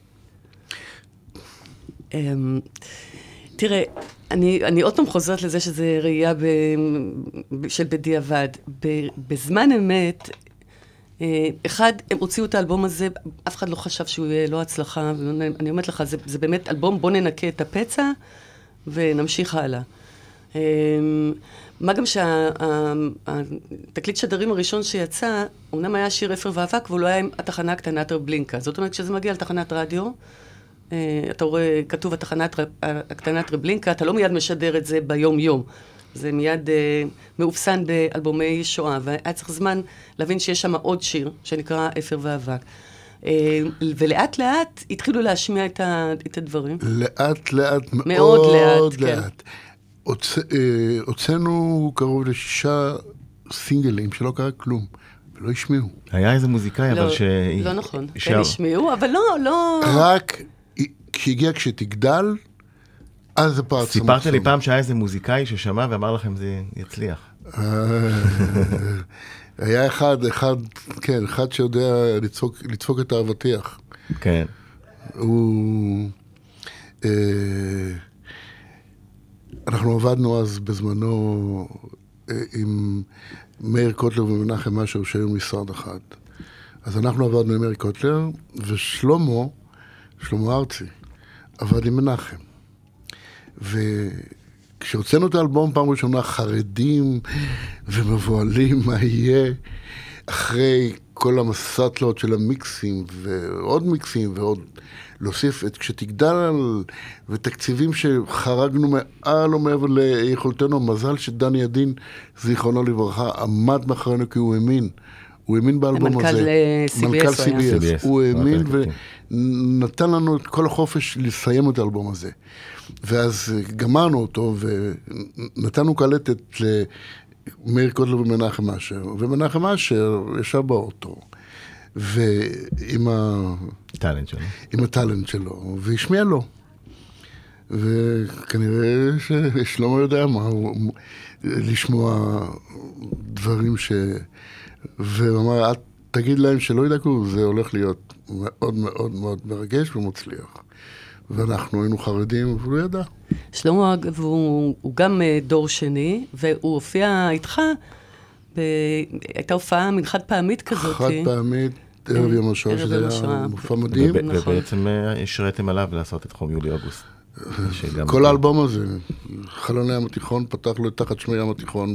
תראה, אני, אני עוד פעם חוזרת לזה שזה ראייה ב, של בדיעבד. בזמן אמת, אחד, הם הוציאו את האלבום הזה, אף אחד לא חשב שהוא יהיה לא הצלחה, אני אומרת לך, זה, זה באמת אלבום, בוא ננקה את הפצע ונמשיך הלאה. מה גם שהתקליט שדרים הראשון שיצא, אמנם היה שיר אפר ואבק, והוא לא היה עם התחנה הקטנה טרבלינקה. זאת אומרת, כשזה מגיע לתחנת רדיו, אתה רואה, כתוב התחנת הקטנה טרבלינקה, אתה לא מיד משדר את זה ביום-יום. זה מיד מאופסן באלבומי שואה, והיה צריך זמן להבין שיש שם עוד שיר, שנקרא אפר ואבק. ולאט לאט התחילו להשמיע את הדברים. לאט לאט, מאוד, מאוד לאט, לאט. הוצאנו קרוב לשישה סינגלים שלא קרה כלום, ולא השמיעו. היה איזה מוזיקאי, אבל ש... לא נכון, הם השמיעו, אבל לא, לא... רק כשהגיע כשתגדל, אז זה פרץ. סיפרת לי פעם שהיה איזה מוזיקאי ששמע ואמר לכם זה יצליח. היה אחד, אחד, כן, אחד שיודע לדפוק את האבטיח. כן. הוא... אנחנו עבדנו אז בזמנו עם מאיר קוטלר ומנחם משהו שהיו משרד אחד. אז אנחנו עבדנו עם מאיר קוטלר, ושלמה, שלמה ארצי, עבד עם מנחם. וכשהוצאנו את האלבום פעם ראשונה, חרדים ומבועלים מה יהיה אחרי כל המסטלות של המיקסים, ועוד מיקסים ועוד... להוסיף את כשתגדל ותקציבים שחרגנו מעל או מעבר ליכולתנו, מזל שדני עדין, זיכרונו לברכה, עמד מאחורינו כי הוא האמין. הוא האמין באלבום הזה. מנכ"ל סי בי אס. הוא האמין ונתן לנו את כל החופש לסיים את האלבום הזה. ואז גמרנו אותו ונתנו קלטת למאיר קוטלר ומנחם אשר. ומנחם אשר ישב באוטו. ועם הטלנט שלו. עם הטלנט שלו, והשמיע לו. וכנראה ששלמה יודע מה, לשמוע דברים ש... ואמר, תגיד להם שלא ידעו, זה הולך להיות מאוד מאוד מאוד מרגש ומוצליח. ואנחנו היינו חרדים, והוא לא ידע. שלמה, אגב, הוא, הוא גם דור שני, והוא הופיע איתך, ב... הייתה הופעה מן חד פעמית כזאת. חד פעמית, ערב יום השואה, שזה היה מופע מדהים. ובעצם השרתם עליו לעשות את חום יולי-אוגוסט. כל האלבום הזה, חלוני ים התיכון, פתח לו תחת שמי ים התיכון,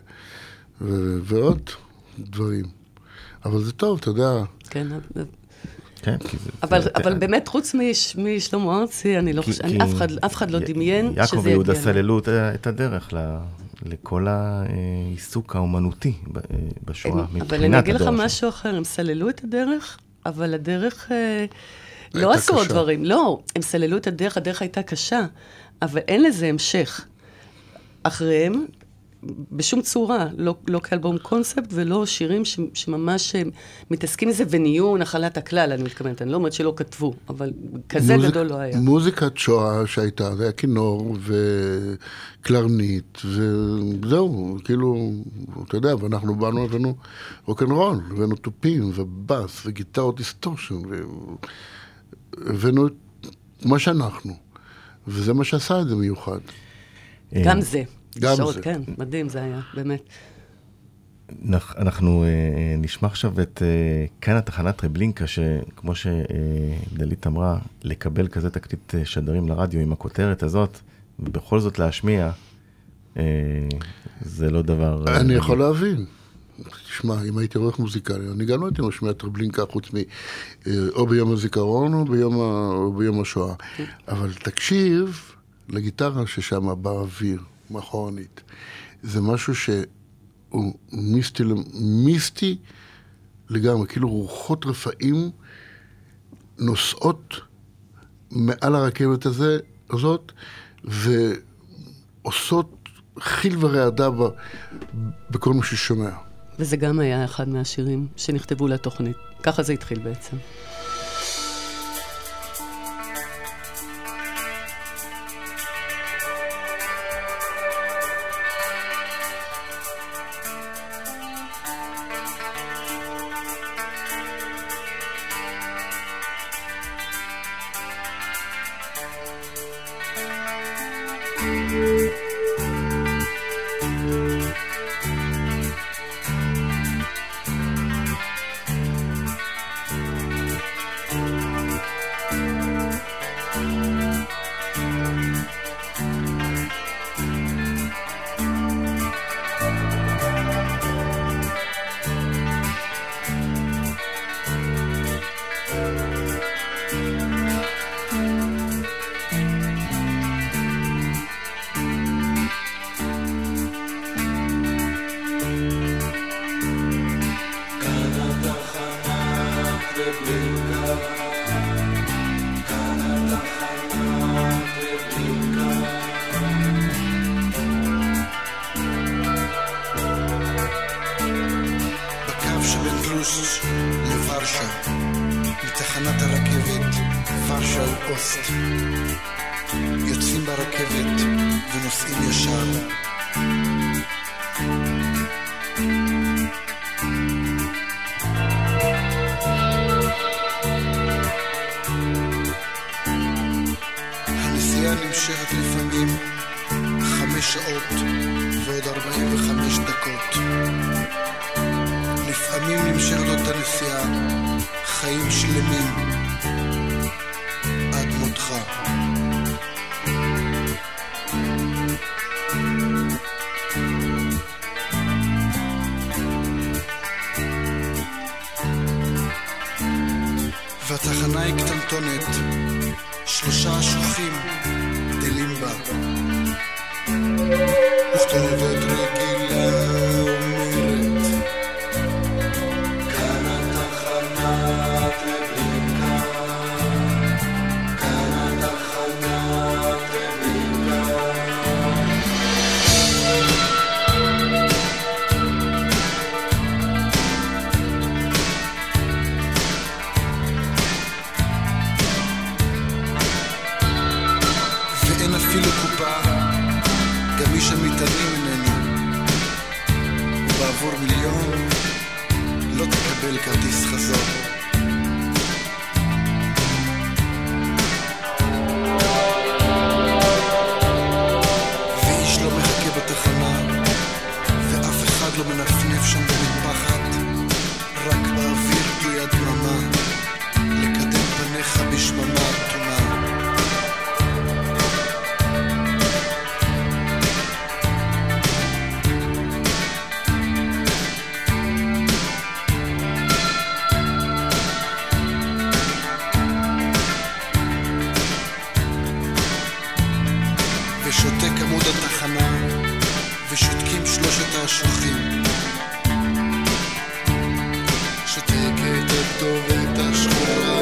ועוד דברים. אבל זה טוב, אתה יודע. כן, כן, אבל, זה, אבל זה... באמת, חוץ מש, משלמה ארצי, אני לא חושב, אף אחד, אף אחד לא דמיין שזה יגיע. יעקב ויהודה סללו את הדרך ל, לכל העיסוק האומנותי בשואה. אבל אני אגיד לך משהו אחר, הם סללו את הדרך, אבל הדרך לא עשו עוד דברים. לא, הם סללו את הדרך, הדרך הייתה קשה, אבל אין לזה המשך. אחריהם, בשום צורה, לא, לא כאלבום קונספט, ולא שירים ש, שממש מתעסקים בזה ונהיו נחלת הכלל, אני מתכוונת, אני לא אומרת שלא כתבו, אבל כזה מוזיק, גדול לא היה. מוזיקת שואה שהייתה, זה היה כינור וקלרנית, וזהו, כאילו, אתה יודע, ואנחנו באנו, הבאנו רוק'נ'רול, הבאנו טופים ובאס וגיטרות דיסטורשן, והבאנו מה שאנחנו, וזה מה שעשה את זה מיוחד. גם זה. גם שעות, זה. כן, מדהים זה היה, באמת. אנחנו uh, נשמע עכשיו את uh, כאן התחנת טרבלינקה, שכמו שדלית אמרה, לקבל כזה תקליט שדרים לרדיו עם הכותרת הזאת, ובכל זאת להשמיע, uh, זה לא דבר... אני uh, יכול להבין. תשמע, אם הייתי עורך מוזיקלי, אני גם לא הייתי משמיע טרבלינקה חוץ מ... או ביום הזיכרון או ביום, ה... או ביום השואה. אבל תקשיב לגיטרה ששם באוויר, מאחורנית. זה משהו שהוא מיסטי, מיסטי לגמרי, כאילו רוחות רפאים נוסעות מעל הרכבת הזה, הזאת, ועושות חיל ורעדה ב, בכל מה ששומע. וזה גם היה אחד מהשירים שנכתבו לתוכנית. ככה זה התחיל בעצם. לוורשה, מתחנת הרכבת ורשה אוסט. יוצאים ברכבת ונוסעים ישר. הנסיעה נמשכת לפעמים חמש שעות ועוד ארבעים וחמש דקות. לפעמים נמשכת אותה נסיעה חיים שלמים עד מותך. והתחנה היא קטנטונת, שלושה אשוחים גדלים בה. וכתובת רגילה אומרת כאן התחנה טרבלינקה, כאן התחנה טרבלינקה. ואין אפילו קופה, גם מי שמתעלמים ממנו, ובעבור מיליון לא תקבל כרטיס חזור. ואיש לא מחכה בתחנה, ואף אחד לא מנפנף שם במטפחת, רק באוויר תלויה דממה, לקדם פניך בשממה אטומה. ושותק עמוד התחנה, ושותקים שלושת האשוחים. שותקת הכתובת השחורה,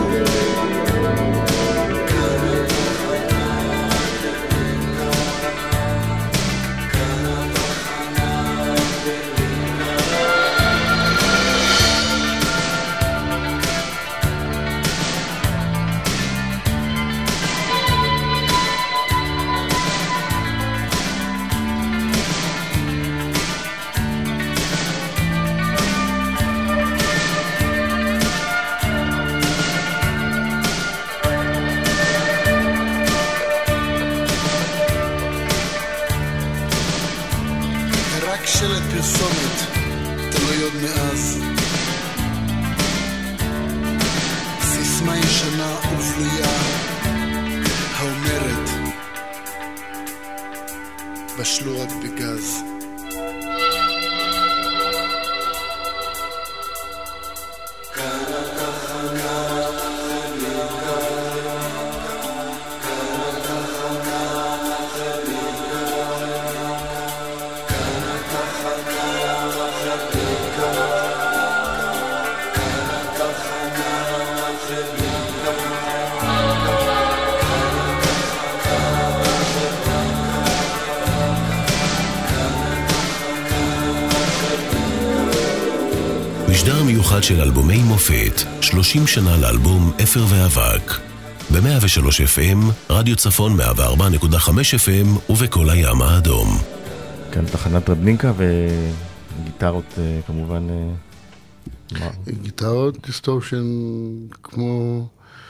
כאן התחנה טרבלינקה, כאן התחנה רק שלט פרסומת, תלוי עוד מאז. סיסמה ישנה ובלויה האומרת בשלו רק בגז. משדר מיוחד של אלבומי מופת, שלושים שנה לאלבום אפר ואבק. ב-מאה ושלוש אף אם, רדיו צפון מאה וארבע נקודה חמש אף אם ובכל הים האדום. כאן תחנת רבנינקה וגיטרות כמובן... גיטרות דיסטורשן כמו...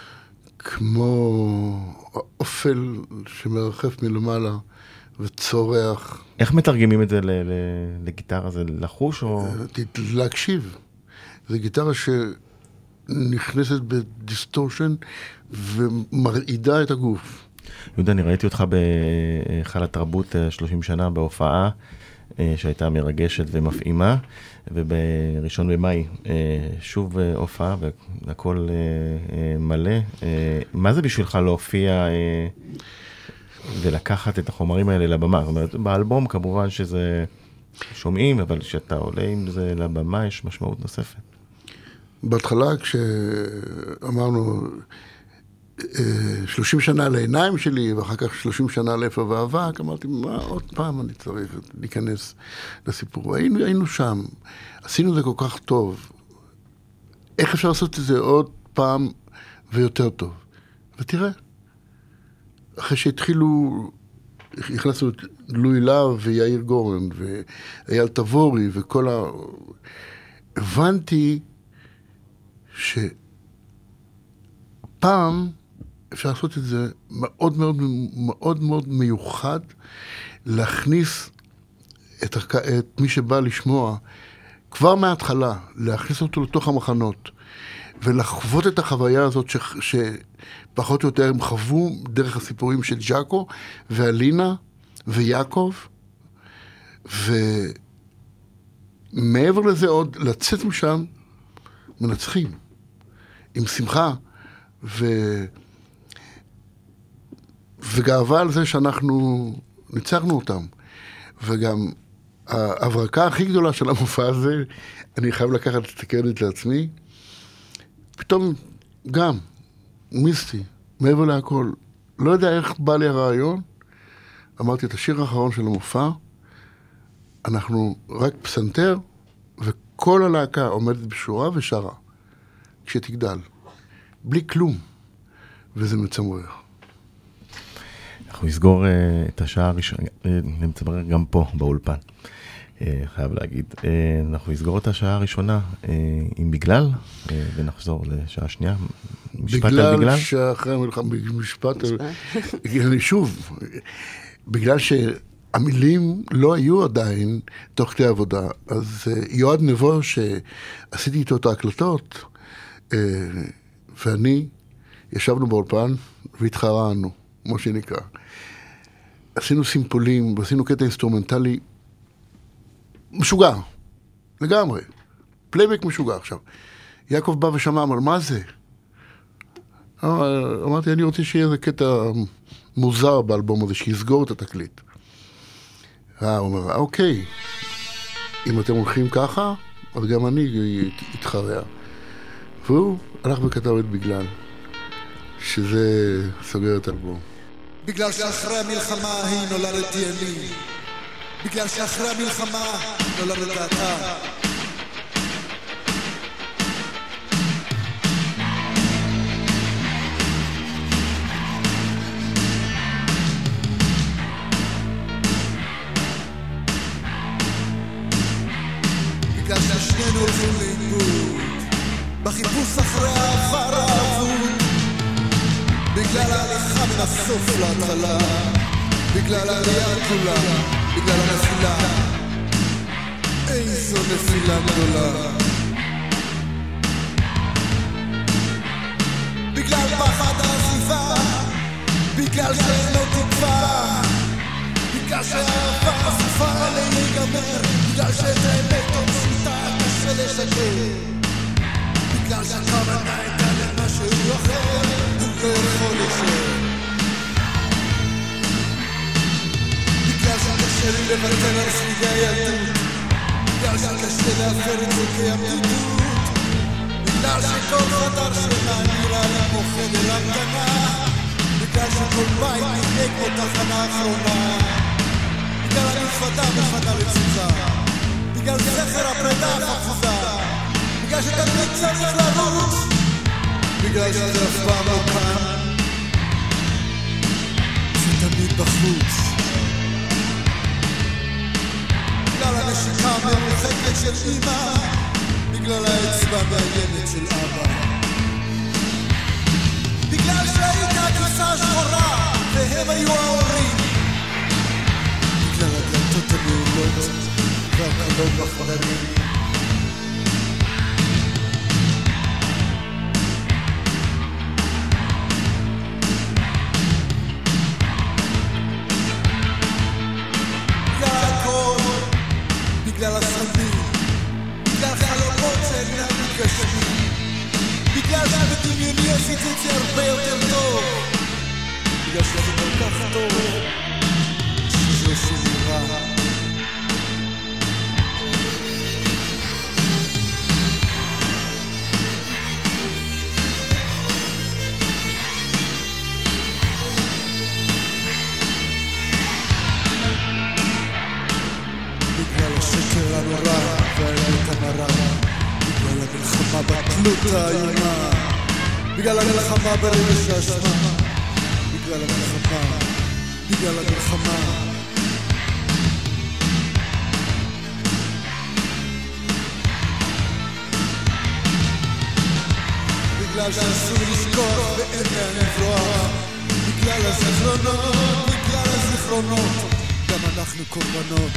כמו אופל שמרחף מלמעלה וצורח. איך מתרגמים את זה לגיטרה? זה לחוש או... להקשיב. זו גיטרה שנכנסת בדיסטורשן ומרעידה את הגוף. יהודה, אני ראיתי אותך בהיכל התרבות שלושים שנה בהופעה שהייתה מרגשת ומפעימה, ובראשון במאי שוב הופעה והכל מלא. מה זה בשבילך להופיע ולקחת את החומרים האלה לבמה? זאת אומרת, באלבום כמובן שזה שומעים, אבל כשאתה עולה עם זה לבמה יש משמעות נוספת. בהתחלה כשאמרנו שלושים שנה לעיניים שלי, ואחר כך שלושים שנה לאפר ואבק, אמרתי, מה עוד פעם אני צריך להיכנס לסיפור? היינו, היינו שם, עשינו זה כל כך טוב. איך אפשר לעשות את זה עוד פעם ויותר טוב? ותראה, אחרי שהתחילו, הכנסנו את לואי להב ויאיר גורן ואייל תבורי וכל ה... הבנתי שפעם אפשר לעשות את זה מאוד מאוד מאוד מאוד מיוחד, להכניס את, את מי שבא לשמוע כבר מההתחלה, להכניס אותו לתוך המחנות ולחוות את החוויה הזאת ש... שפחות או יותר הם חוו דרך הסיפורים של ג'אקו ואלינה ויעקב, ומעבר לזה עוד לצאת משם מנצחים עם שמחה ו... וגאווה על זה שאנחנו ניצחנו אותם. וגם ההברקה הכי גדולה של המופע הזה, אני חייב לקחת את הקרדיט לעצמי, פתאום גם מיסטי, מעבר להכל, לא יודע איך בא לי הרעיון, אמרתי את השיר האחרון של המופע, אנחנו רק פסנתר, וכל הלהקה עומדת בשורה ושרה, כשתגדל, בלי כלום, וזה מצמרר. אנחנו נסגור uh, את השעה הראשונה, uh, נמצמרר גם פה באולפן, uh, חייב להגיד. Uh, אנחנו נסגור את השעה הראשונה uh, עם בגלל, uh, ונחזור לשעה שנייה. משפט על בגלל? בגלל שאחרי המלחמה, משפט על... אני שוב, בגלל שהמילים לא היו עדיין תוך כדי עבודה, אז uh, יועד נבו שעשיתי איתו את ההקלטות, uh, ואני ישבנו באולפן והתחרענו, כמו שנקרא. עשינו סימפולים, ועשינו קטע אינסטרומנטלי משוגע, לגמרי. פלייבק משוגע עכשיו. יעקב בא ושמע, אמר, מה זה? אמרתי, אני רוצה שיהיה איזה קטע מוזר באלבום הזה, שיסגור את התקליט. הוא אומר, אוקיי, אם אתם הולכים ככה, אז גם אני אתחרע. והוא הלך וכתב את בגלל, שזה סוגר את אלבום. בגלל שאחרי המלחמה ההיא נולדתי אני, בגלל שאחרי המלחמה נולדת אתה. בגלל ששנינו הולכים לאיבוד, בחיפוש אחרי העבר האבוד, בגלל ההליכה מן הסוף להתחלה, בגלל העלייה כולה, בגלל הנפילה, תפילה גדולה. בגלל פחד העזיבה, בגלל שאין לו תקווה, בגלל שהאהבה הסופה עלי להיגמר, בגלל שאת האמת עוד שליטה קשה לשקר, בגלל שהכוונה הייתה למשהו אחר, הוא לא יכול לשאר, בגלל שקשה לי לוותר על שרידי הילדות, בגלל שקשה להפר את זה כעבדות, בגלל שכל חדר שינה נראה לי כמו חדר המתנה, בגלל שכל בית נראה כמו תחנה אחרונה, בגלל המפרדה מחדה לצוזה, בגלל זכר הפרידה החפוזה, בגלל שתמיד צריך לרוץ, בגלל שזה אף פעם לא כאן, זה תמיד בחוץ, בגלל הנשיקה המרוחקת של אמא, בגלל האצבע והילד של אבא, בגלל שהייתה כיסה שחורה והם היו ההורים, בגלל הדלתות הנעולות והקלות בחדרים, בגלל הכל, בגלל הסרטים, בגלל חלומות שאינם מתגשמים, בגלל שבדמיוני עשיתי את זה הרבה יותר טוב, בגלל שזה כל כך טוב שזה עושה לי רע, בגלל השקר הנורא והאמת המרה, בגלל המלחמה בתלות האיומה, בגלל המלחמה ברגש האשמה, בגלל המלחמה, בגלל המלחמה, בגלל שאסור לשכוח ואין לאן לברוח, בגלל הזיכרונות, בגלל הזיכרונות, גם אנחנו קורבנות.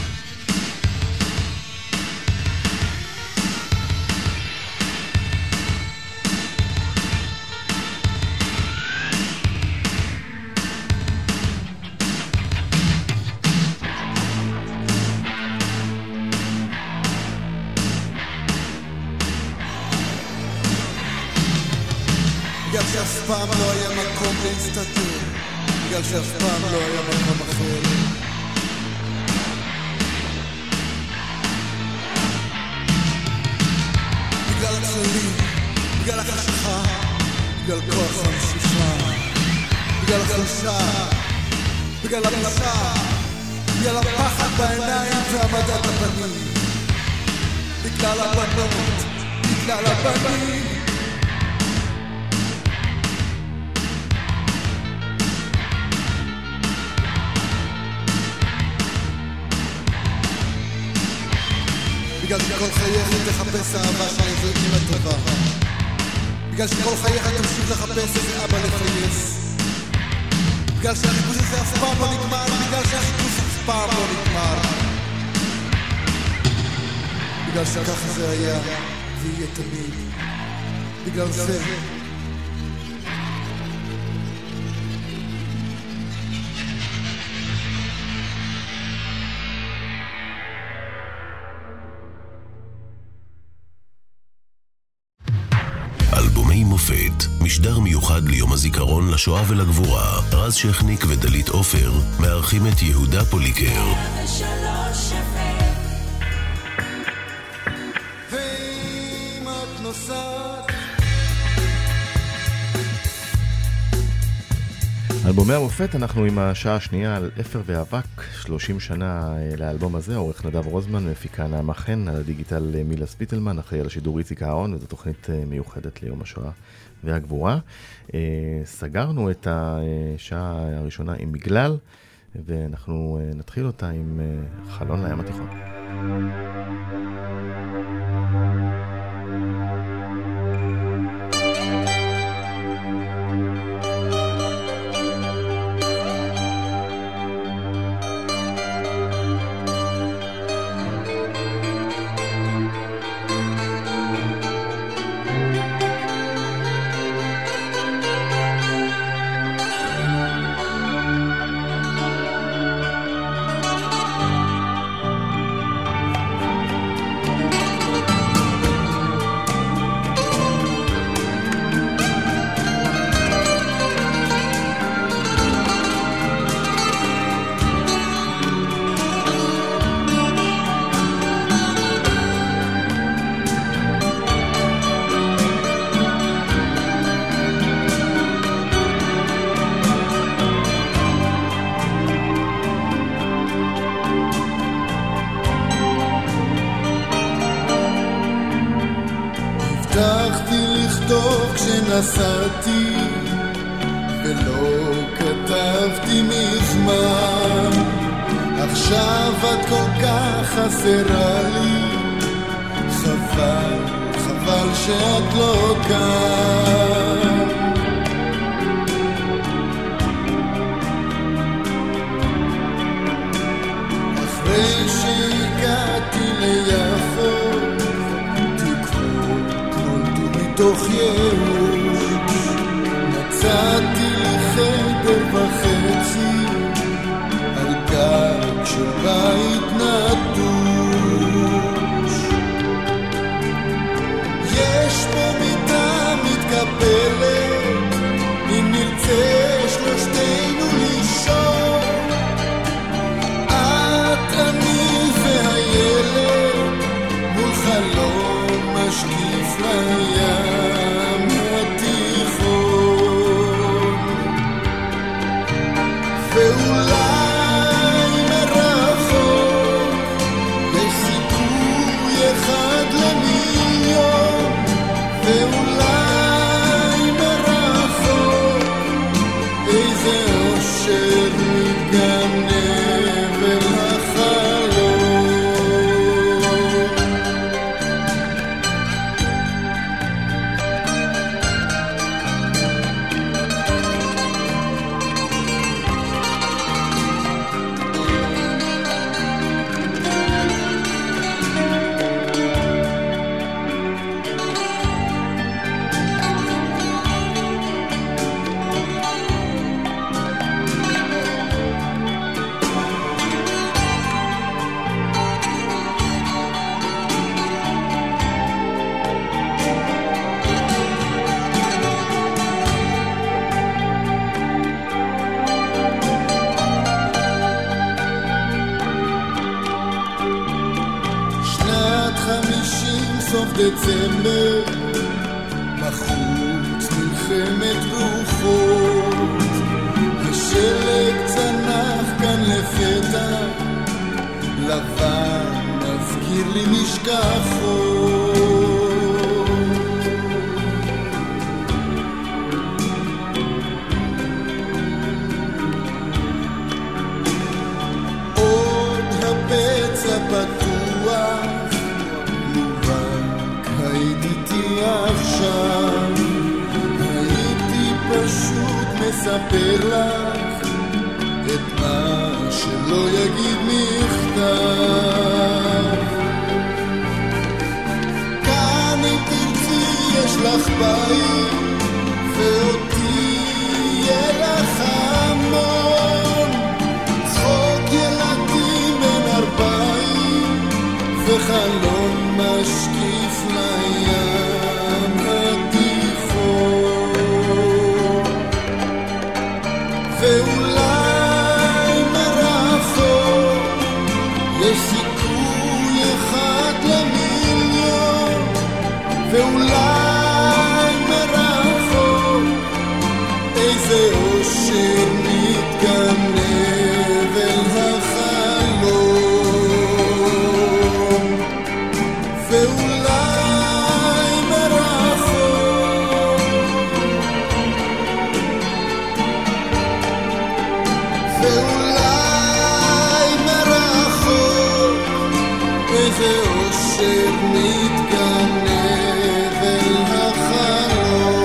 בגלל שאף פעם לא היה מקום להסתתר, בגלל שאף פעם לא היה מקום אחר, בגלל הכללים, בגלל החשיכה, בגלל כוח המשיכה, בגלל החלשה, בגלל המסע, בגלל הפחד בעיניים והעמדת הפנים, בגלל הבנות, בגלל הבנים, בגלל שכל חייך תחפש אהבה של איזו אמא טובה, בגלל שכל חייך תמשיך לחפש איזה אבא לפייס, בגלל שהחיפוש הזה אף פעם לא נגמר, בגלל שהחיפוש אף פעם לא נגמר, בגלל שככה זה היה ויהיה תמיד, בגלל זה אלבומי מופת, משדר מיוחד ליום הזיכרון לשואה ולגבורה. רז שכניק ודלית עופר מארחים את יהודה פוליקר. ואם את נוסעת אלבומי המופת, אנחנו עם השעה השנייה על אפר ואבק, שלושים שנה לאלבום הזה, עורך נדב רוזמן, מפיקה נעמה חן, על הדיגיטל מילה ספיטלמן, אחראי על השידור איציק אהרון, וזו תוכנית מיוחדת ליום השואה והגבורה. סגרנו את השעה הראשונה עם בגלל, ואנחנו נתחיל אותה עם חלון לים התיכון. נסעתי ולא כתבתי מזמן, עכשיו את כל כך חסרה לי, חבל, חבל שאת לא כאן. אחרי שהגעתי ליפו, תקוות נולדו מתוך ייאוש, מצאתי לי חדר וחצי על גג של בית נטוש. יש פה מיטה מתקפלת, אם נרצה שלושתנו לישון, את, אני והילד, מול חלום משקיף לים התיכון. ואולי מרחוק יש סיכוי אחד למיליון, ואולי מרחוק איזה אושר מתגנב אל החלום. דצמבר, בחוץ מלחמת רוחות, השלג צנח כאן לפתע, לבן מזכיר לי משכחות. עוד הפצע פתוח, הייתי עכשיו, הייתי פשוט מספר לך את מה שלא יגיד מכתב. כאן אם תרצי יש לך בית, ואותי יהיה לך המון, צחוק ילדים בין ארבעים, וחלום משקיף לים התיכון. ואולי מרחוק יש סיכוי אחד למיליון, ואולי מרחוק איזה אושר מתגנב אל החלום. ואולי מרחוק, ואולי מרחוק איזה אושר מתגנב אל החלום.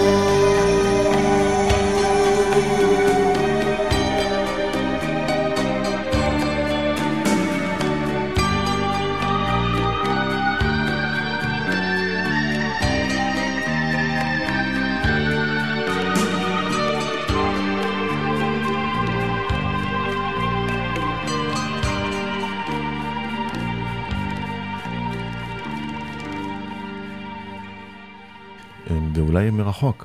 ואולי מרחוק.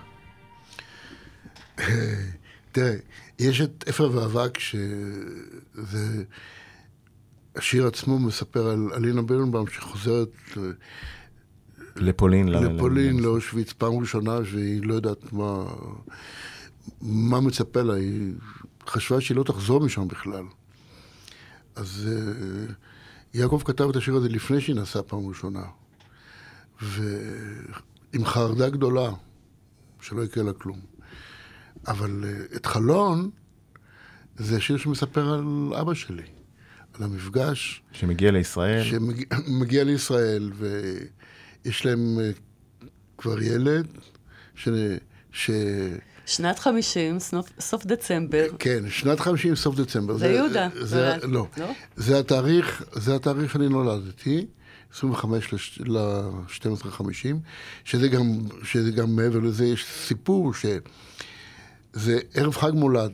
תראה, יש את אפר ואבק, שזה... השיר עצמו מספר על אלינה בירנבאום שחוזרת לפולין, לפולין, לאושוויץ, פעם ראשונה שהיא לא יודעת מה, מה מצפה לה, היא חשבה שהיא לא תחזור משם בכלל. אז יעקב כתב את השיר הזה לפני שהיא נסעה פעם ראשונה, ועם חרדה גדולה, שלא יקרה לה כלום. אבל את חלון, זה שיר שמספר על אבא שלי, על המפגש. שמגיע לישראל. שמגיע לישראל, ויש להם כבר ילד, ש... ש... שנת חמישים, סוף, סוף דצמבר. כן, שנת חמישים, סוף דצמבר. זה יהודה. זה, זה, לא. לא? זה התאריך, זה התאריך שאני נולדתי, עשרים וחמש ל-שתים עשרה חמישים, שזה גם, שזה גם מעבר לזה, יש סיפור שזה ערב חג מולד.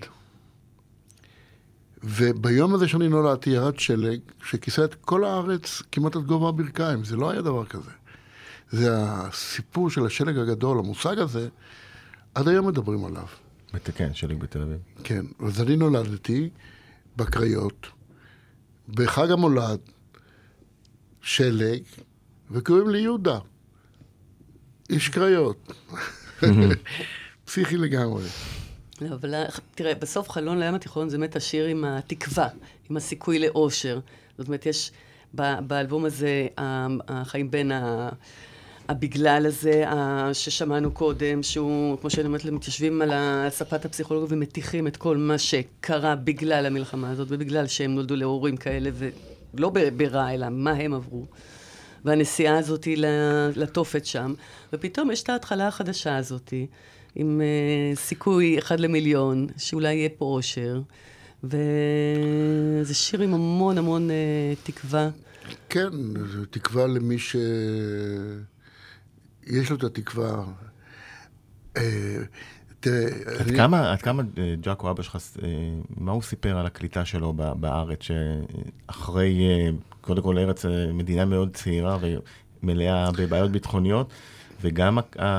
וביום הזה שאני נולדתי ירד שלג, שכיסה את כל הארץ כמעט עד גובה הברכיים. זה לא היה דבר כזה. זה הסיפור של השלג הגדול, המושג הזה, עד היום מדברים עליו. מתקן, שלג בתל אביב. כן, אז אני נולדתי בקריות, בחג המולד, שלג, וקוראים לי יהודה. איש קריות. פסיכי לגמרי. לא, אבל תראה, בסוף חלון לים התיכון זה באמת השיר עם התקווה, עם הסיכוי לאושר. זאת אומרת, יש באלבום הזה, החיים בין הבגלל הזה ששמענו קודם, שהוא, כמו שאני אומרת, מתיישבים על ספת הפסיכולוגיה ומתיחים את כל מה שקרה בגלל המלחמה הזאת, ובגלל שהם נולדו להורים כאלה, ולא ברע, אלא מה הם עברו. והנסיעה הזאת לטופת שם, ופתאום יש את ההתחלה החדשה הזאת, עם uh, סיכוי אחד למיליון, שאולי יהיה פה אושר, וזה שיר עם המון המון uh, תקווה. כן, זו תקווה למי ש... יש לו את התקווה. עד כמה, עד כמה ג'אקו אבא שלך, מה הוא סיפר על הקליטה שלו בארץ, שאחרי, קודם כל ארץ, מדינה מאוד צעירה ומלאה בבעיות ביטחוניות, וגם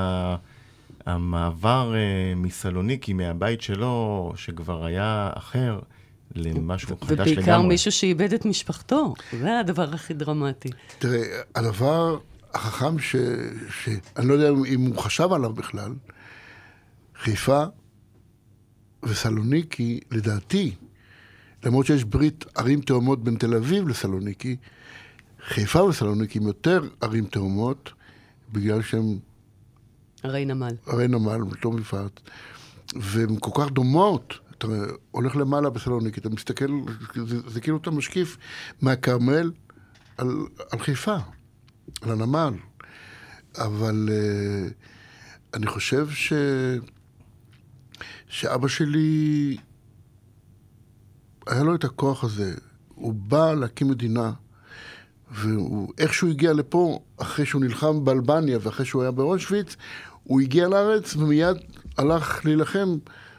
המעבר מסלוניקי, מהבית שלו, שכבר היה אחר, למשהו חדש לגמרי. ובעיקר מישהו שאיבד את משפחתו, זה הדבר הכי דרמטי. תראה, הדבר החכם ש... ש... אני לא יודע אם הוא חשב עליו בכלל, חיפה וסלוניקי, לדעתי, למרות שיש ברית ערים תאומות בין תל אביב לסלוניקי, חיפה וסלוניקי הם יותר ערים תאומות, בגלל שהם... ערי נמל. ערי נמל, לא מפרט. והן כל כך דומות. אתה הולך למעלה בסלוניקי, אתה מסתכל, זה, זה כאילו אתה משקיף מהקרמל על, על חיפה, על הנמל. אבל uh, אני חושב ש... שאבא שלי היה לו את הכוח הזה. הוא בא להקים מדינה, ואיכשהו הגיע לפה, אחרי שהוא נלחם באלבניה, ואחרי שהוא היה באושוויץ, הוא הגיע לארץ ומיד הלך להילחם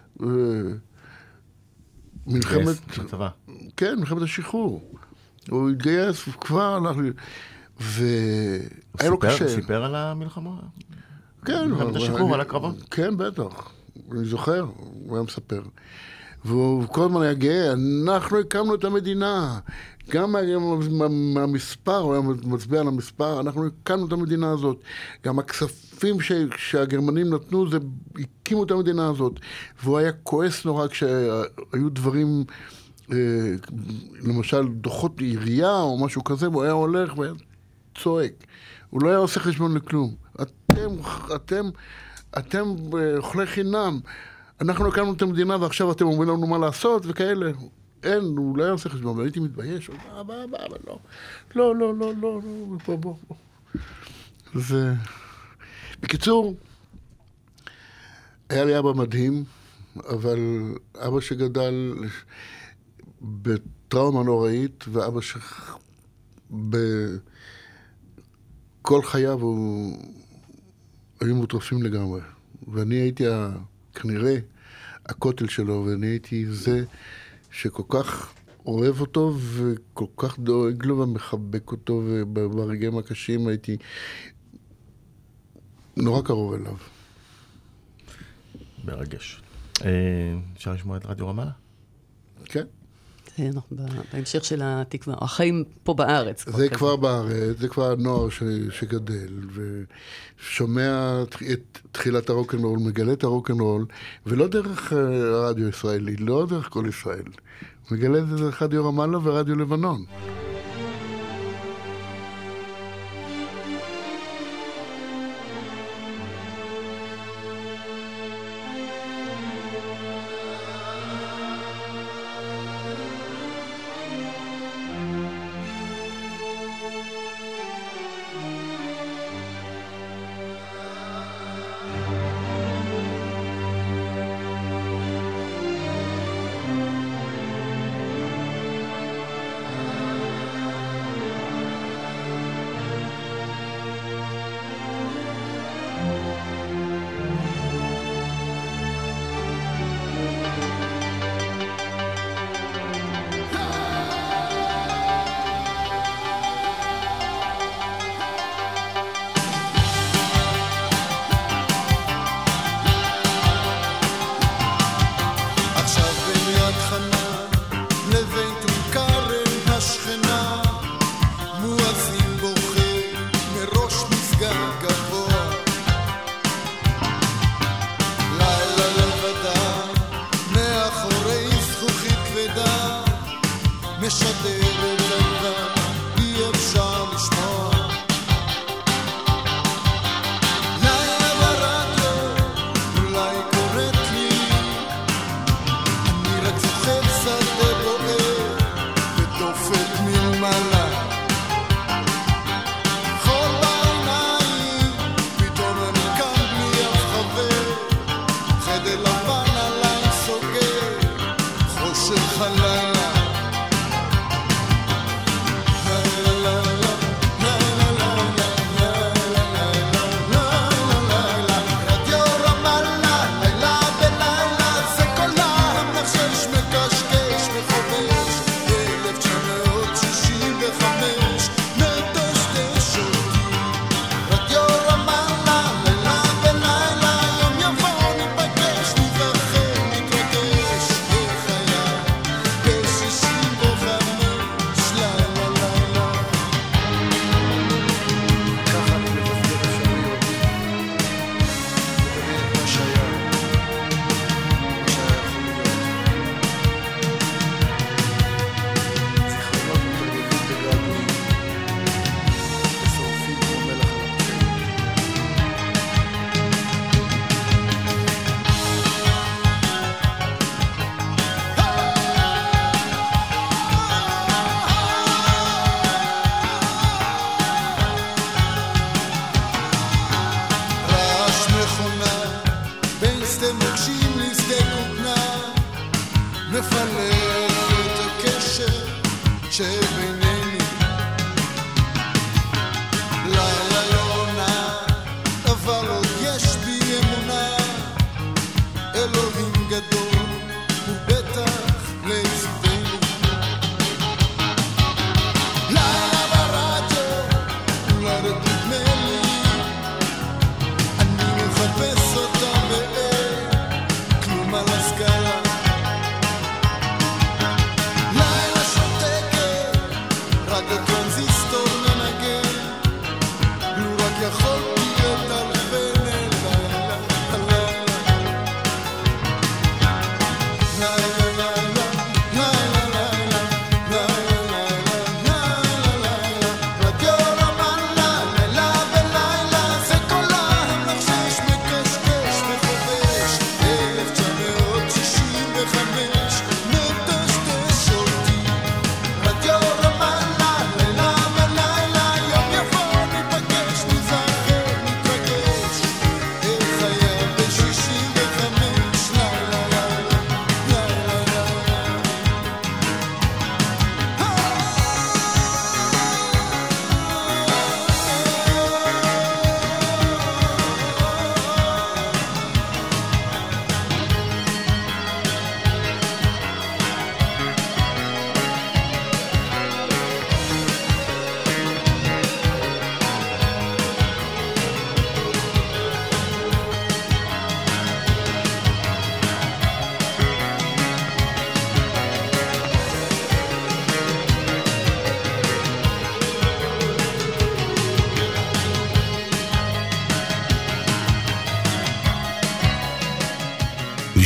מלחמת... בצבא. כן, מלחמת השחרור. הוא התגייס כבר הלך... והיה לו קשה. הוא סיפר על המלחמה? כן. מלחמת השחרור, על הקרבות? כן, בטח. אני זוכר, הוא היה מספר. והוא כל הזמן היה גאה, אנחנו הקמנו את המדינה. גם מהמספר, הוא היה מצביע על המספר, אנחנו הקמנו את המדינה הזאת. גם הכספים ש, שהגרמנים נתנו, זה הקימו את המדינה הזאת. והוא היה כועס נורא כשהיו דברים, אה, למשל דוחות עירייה או משהו כזה, והוא היה הולך והיה צועק. הוא לא היה עושה חשבון לכלום. אתם, אתם, אתם אוכלי חינם. אנחנו הקמנו את המדינה ועכשיו אתם אומרים לנו מה לעשות וכאלה. אין, הוא לא היה עושה חשבון, אבל הייתי מתבייש, אבל לא, לא, לא, לא, לא, בוא, בוא, בוא. זה... בקיצור, היה לי אבא מדהים, אבל אבא שגדל בטראומה נוראית, ואבא שבכל חייו הוא... היו מוטרפים לגמרי. ואני הייתי כנראה הכותל שלו, ואני הייתי זה... שכל כך אוהב אותו וכל כך דואג לו ומחבק אותו, וברגעים הקשים הייתי נורא קרוב אליו. מרגש. אפשר לשמוע את רדיו רמאללה? כן. זה בהמשך של התקווה, החיים פה בארץ. זה כבר בארץ, זה כבר הנוער שגדל, ושומע את תחילת הרוק'נ'רול, מגלה את הרוק'נ'רול, ולא דרך הרדיו ישראלי, לא דרך כל ישראל. מגלה את זה דרך רדיו רמאללה ורדיו לבנון.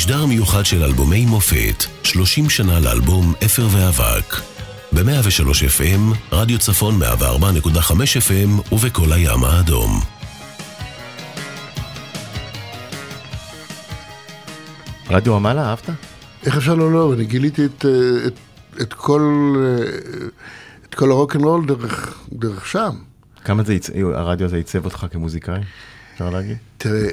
משדר מיוחד של אלבומי מופת, שלושים שנה לאלבום אפר ואבק. ב-מאה ושלוש אף אם, רדיו צפון מאה וארבע נקודה חמש אף אם ובכל הים האדום. רדיו רמאללה, אהבת? איך אפשר לא לא? אני גיליתי את, את, את כל, את כל הרוק'נ'רול דרך, דרך שם. כמה זה יצ... הרדיו הזה ייצב אותך כמוזיקאי? אפשר להגיד? תראה,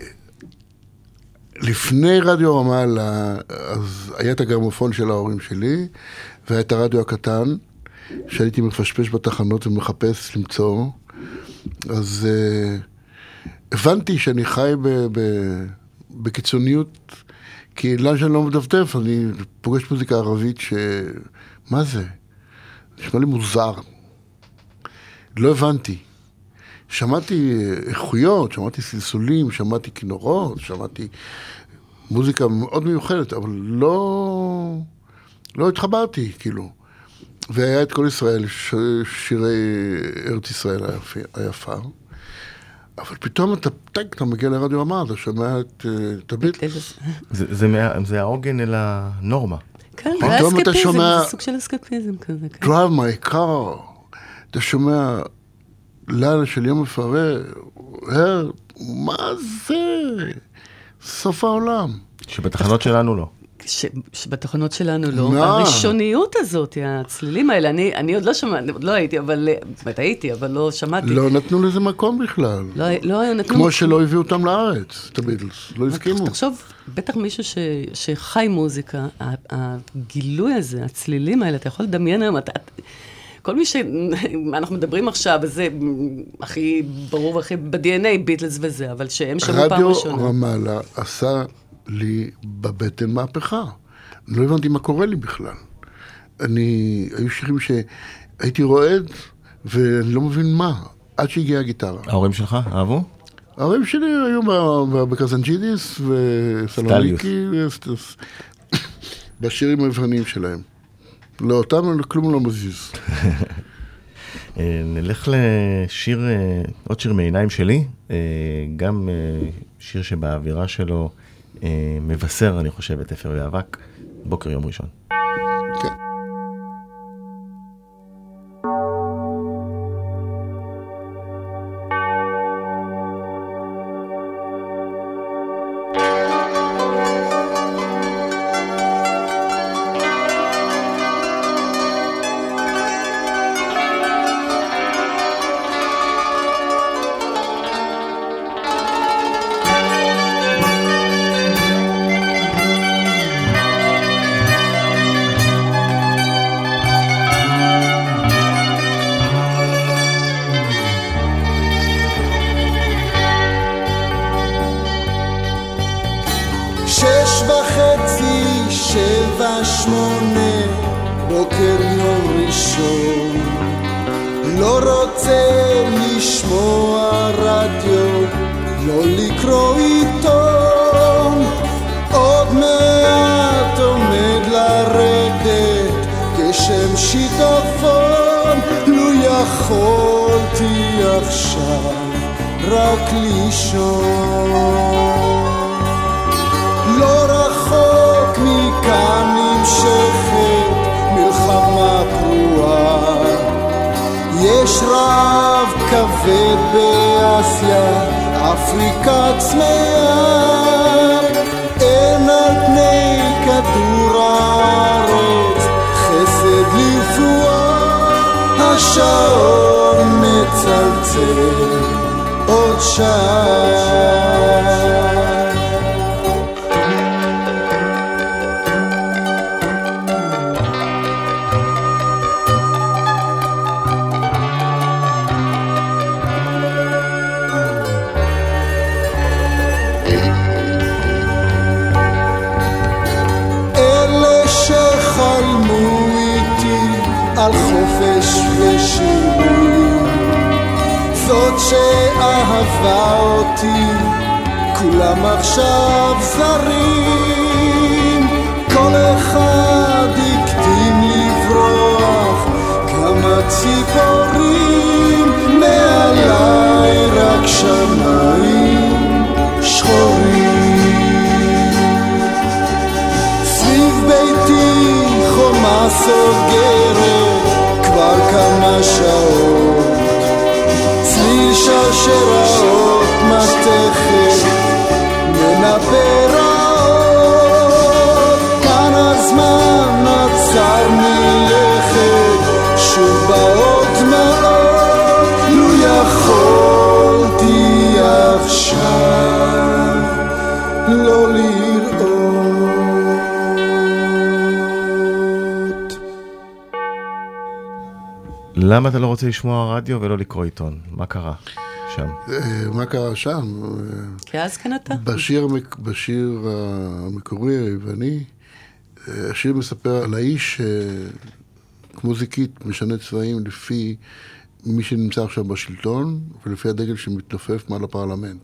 לפני רדיו רמאללה, אז היה את הגרמופון של ההורים שלי, והיה את הרדיו הקטן, שהייתי מפשפש בתחנות ומחפש למצוא. אז uh, הבנתי שאני חי ב, ב, בקיצוניות, כי לאן שאני לא מדפדף, אני פוגש מוזיקה ערבית ש... מה זה? נשמע לי מוזר. לא הבנתי. שמעתי איכויות, שמעתי סלסולים, שמעתי כינורות, שמעתי מוזיקה מאוד מיוחדת, אבל לא... לא התחברתי, כאילו. והיה את כל ישראל, ש... שירי ארץ ישראל היפה. אבל פתאום אתה, טק, אתה מגיע לרדיו רמה, אתה שומע את הביטלס. זה, זה, זה העוגן אל הנורמה. כן, זה אסקפיזם, זה סוג של אסקפיזם כזה. Drive my car, אתה שומע לילה של יום מפרר, הר, מה זה? סוף העולם. שבתחנות שלנו לא. ש, שבתחנות שלנו לא. הראשוניות הזאת, הצלילים האלה, אני, אני עוד לא שמעתי, עוד לא הייתי, אבל, באמת הייתי, אבל לא שמעתי. לא נתנו לזה מקום בכלל. לא, לא נתנו... כמו שלא הביאו אותם לארץ, את הביטלס, לא הסכימו. תחשוב, בטח מישהו ש, שחי מוזיקה, הגילוי הזה, הצלילים האלה, אתה יכול לדמיין היום, אתה... כל מי שאנחנו מדברים עכשיו, זה הכי ברור והכי ב-די אן איי, ביטלס וזה, אבל שהם שמעו פעם ראשונה. רדיו רמאללה עשה לי בבטן מהפכה. לא הבנתי מה קורה לי בכלל. אני, היו שירים שהייתי רועד, ואני לא מבין מה, עד שהגיעה הגיטרה. ההורים שלך אהבו? ההורים שלי היו בקזנג'ידיס וסלוניקי, בשירים המבחניים שלהם. לא, אותם כלום לא מזיז. נלך לשיר, עוד שיר מעיניים שלי, גם שיר שבאווירה שלו מבשר, אני חושב, את אפר ואבק, בוקר יום ראשון. כן. שאהבה אותי, כולם עכשיו זרים, כל אחד הקדים לברוח, כמה ציפורים, מעליי רק שמיים שחורים. שרעות מתכת מן הפירות, כאן הזמן עצר מלכת, שוב באות מלאות, לו יכולתי עכשיו לא לראות. למה אתה לא רוצה לשמוע רדיו ולא לקרוא עיתון? מה קרה שם? מה קרה שם? כי אז כן אתה. בשיר, בשיר המקורי היווני, השיר מספר על האיש כמו זיקית משנה צבעים לפי מי שנמצא עכשיו בשלטון ולפי הדגל שמתנופף מעל הפרלמנט.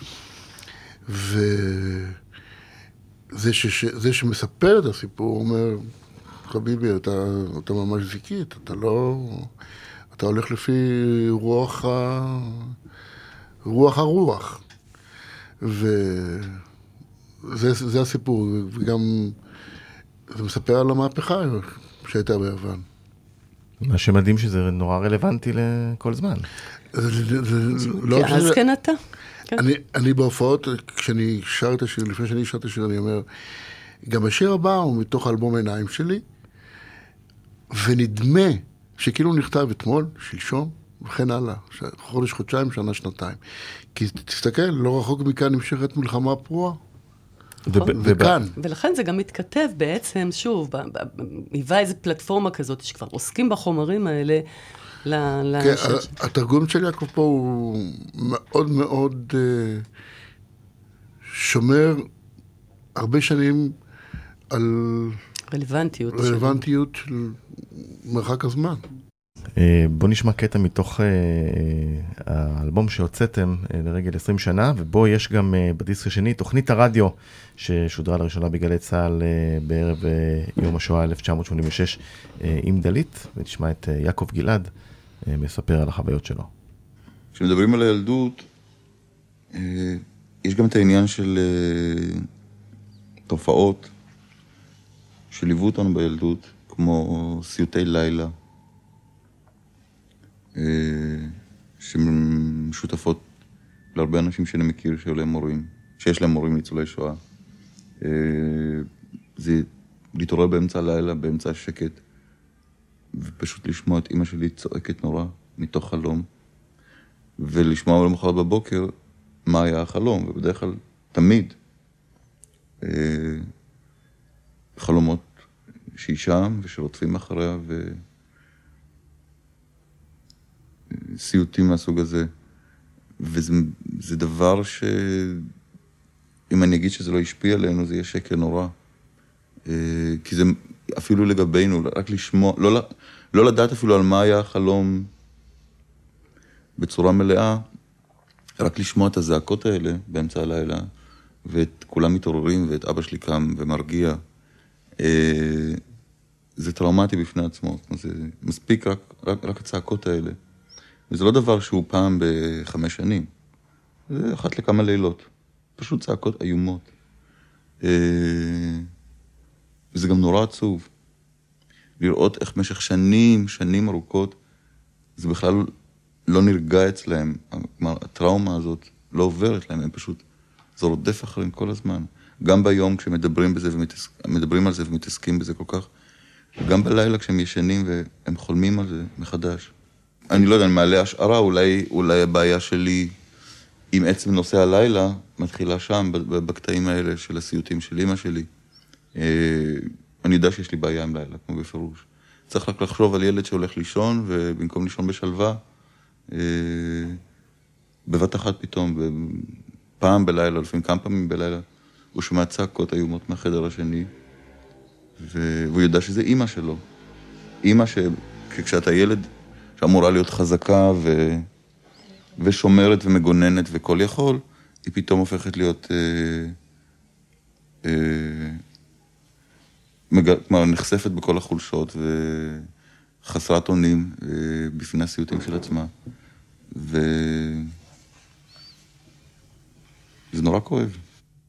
וזה ש... זה שמספר את הסיפור אומר, חביבי, אתה, אתה ממש זיקית, אתה לא... אתה הולך לפי רוח ה... רוח הרוח. וזה זה הסיפור, וגם זה מספר על המהפכה שהייתה ביוון. מה שמדהים שזה נורא רלוונטי לכל זמן. כי אז כן אתה. אני בהופעות, כשאני שר את השיר, לפני שאני שר את השיר, אני אומר, גם השיר הבא הוא מתוך אלבום העיניים שלי, ונדמה שכאילו נכתב אתמול, שלשום, וכן הלאה, חודש, חודשיים, שנה, שנתיים. כי תסתכל, לא רחוק מכאן נמשכת מלחמה פרועה. וכאן. ולכן זה גם מתכתב בעצם, שוב, היווה איזו פלטפורמה כזאת, שכבר עוסקים בחומרים האלה, כן, התרגום של יעקב פה הוא מאוד מאוד שומר הרבה שנים על רלוונטיות, רלוונטיות של מרחק הזמן. בוא נשמע קטע מתוך האלבום שהוצאתם לרגל עשרים שנה, ובו יש גם בדיסק השני תוכנית הרדיו ששודרה לראשונה בגלי צהל בערב יום השואה אלף תשע מאות שמונים ושש עם דלית, ונשמע את יעקב גלעד מספר על החוויות שלו. כשמדברים על הילדות, יש גם את העניין של תופעות שליוו אותנו בילדות, כמו סיוטי לילה, שמשותפות להרבה אנשים שאני מכיר שהיו להם מורים, שיש להם מורים ניצולי שואה. זה להתעורר באמצע הלילה, באמצע השקט, ופשוט לשמוע את אמא שלי צועקת נורא מתוך חלום, ולשמוע למחרת בבוקר מה היה החלום, ובדרך כלל תמיד חלומות שהיא שם ושרודפים אחריה, וסיוטים מהסוג הזה. וזה זה דבר ש... אם אני אגיד שזה לא השפיע עלינו, זה יהיה שקר נורא. כי זה אפילו לגבינו, רק לשמוע, לא, לא לדעת אפילו על מה היה החלום בצורה מלאה, רק לשמוע את הזעקות האלה באמצע הלילה, ואת כולם מתעוררים, ואת אבא שלי קם ומרגיע. זה טראומטי בפני עצמו, זה מספיק רק, רק, רק הצעקות האלה. וזה לא דבר שהוא פעם בחמש שנים, זה אחת לכמה לילות, פשוט צעקות איומות. וזה גם נורא עצוב, לראות איך במשך שנים, שנים ארוכות, זה בכלל לא נרגע אצלהם, כלומר, הטראומה הזאת לא עוברת להם, הם פשוט, זה רודף אחרים כל הזמן. גם ביום כשמדברים בזה ומדברים על זה ומתעסקים בזה כל כך, גם בלילה כשהם ישנים והם חולמים על זה מחדש. אני לא יודע, אני מעלה השערה, אולי, אולי הבעיה שלי עם עצם נושא הלילה מתחילה שם, בקטעים האלה של הסיוטים של אמא שלי. אני יודע שיש לי בעיה עם לילה, כמו בפירוש. צריך רק לחשוב על ילד שהולך לישון, ובמקום לישון בשלווה, בבת אחת פתאום, פעם בלילה, לפעמים כמה פעמים בלילה, הוא שומע צעקות איומות מהחדר השני, והוא יודע שזה אמא שלו. אמא שכשאתה ילד שאמורה להיות חזקה ו... ושומרת ומגוננת וכל יכול, היא פתאום הופכת להיות אה, אה, מג... כלומר, נחשפת בכל החולשות וחסרת אונים אה, בפני הסיוטים של עצמה. וזה נורא כואב.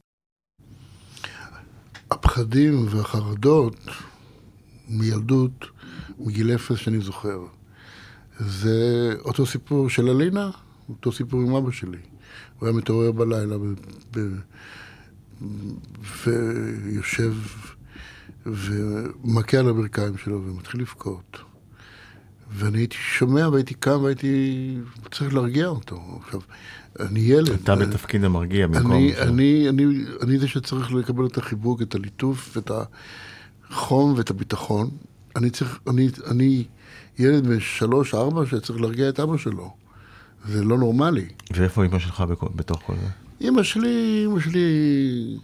הפחדים והחרדות מילדות, מגיל אפס שאני זוכר, זה אותו סיפור של אלינה, אותו סיפור עם אבא שלי. הוא היה מתעורר בלילה ו... ו... ויושב ומכה על הברכיים שלו ומתחיל לבכות. ואני הייתי שומע והייתי קם והייתי צריך להרגיע אותו. עכשיו, אני ילד. אתה בתפקיד המרגיע במקום. אני, אני, אני, אני זה שצריך לקבל את החיבוק, את הליטוף, את החום ואת הביטחון. אני צריך, אני, אני ילד בשלוש, ארבע שצריך להרגיע את אבא שלו. זה לא נורמלי. ואיפה אמא שלך בתוך כל זה? אמא שלי, אמא שלי,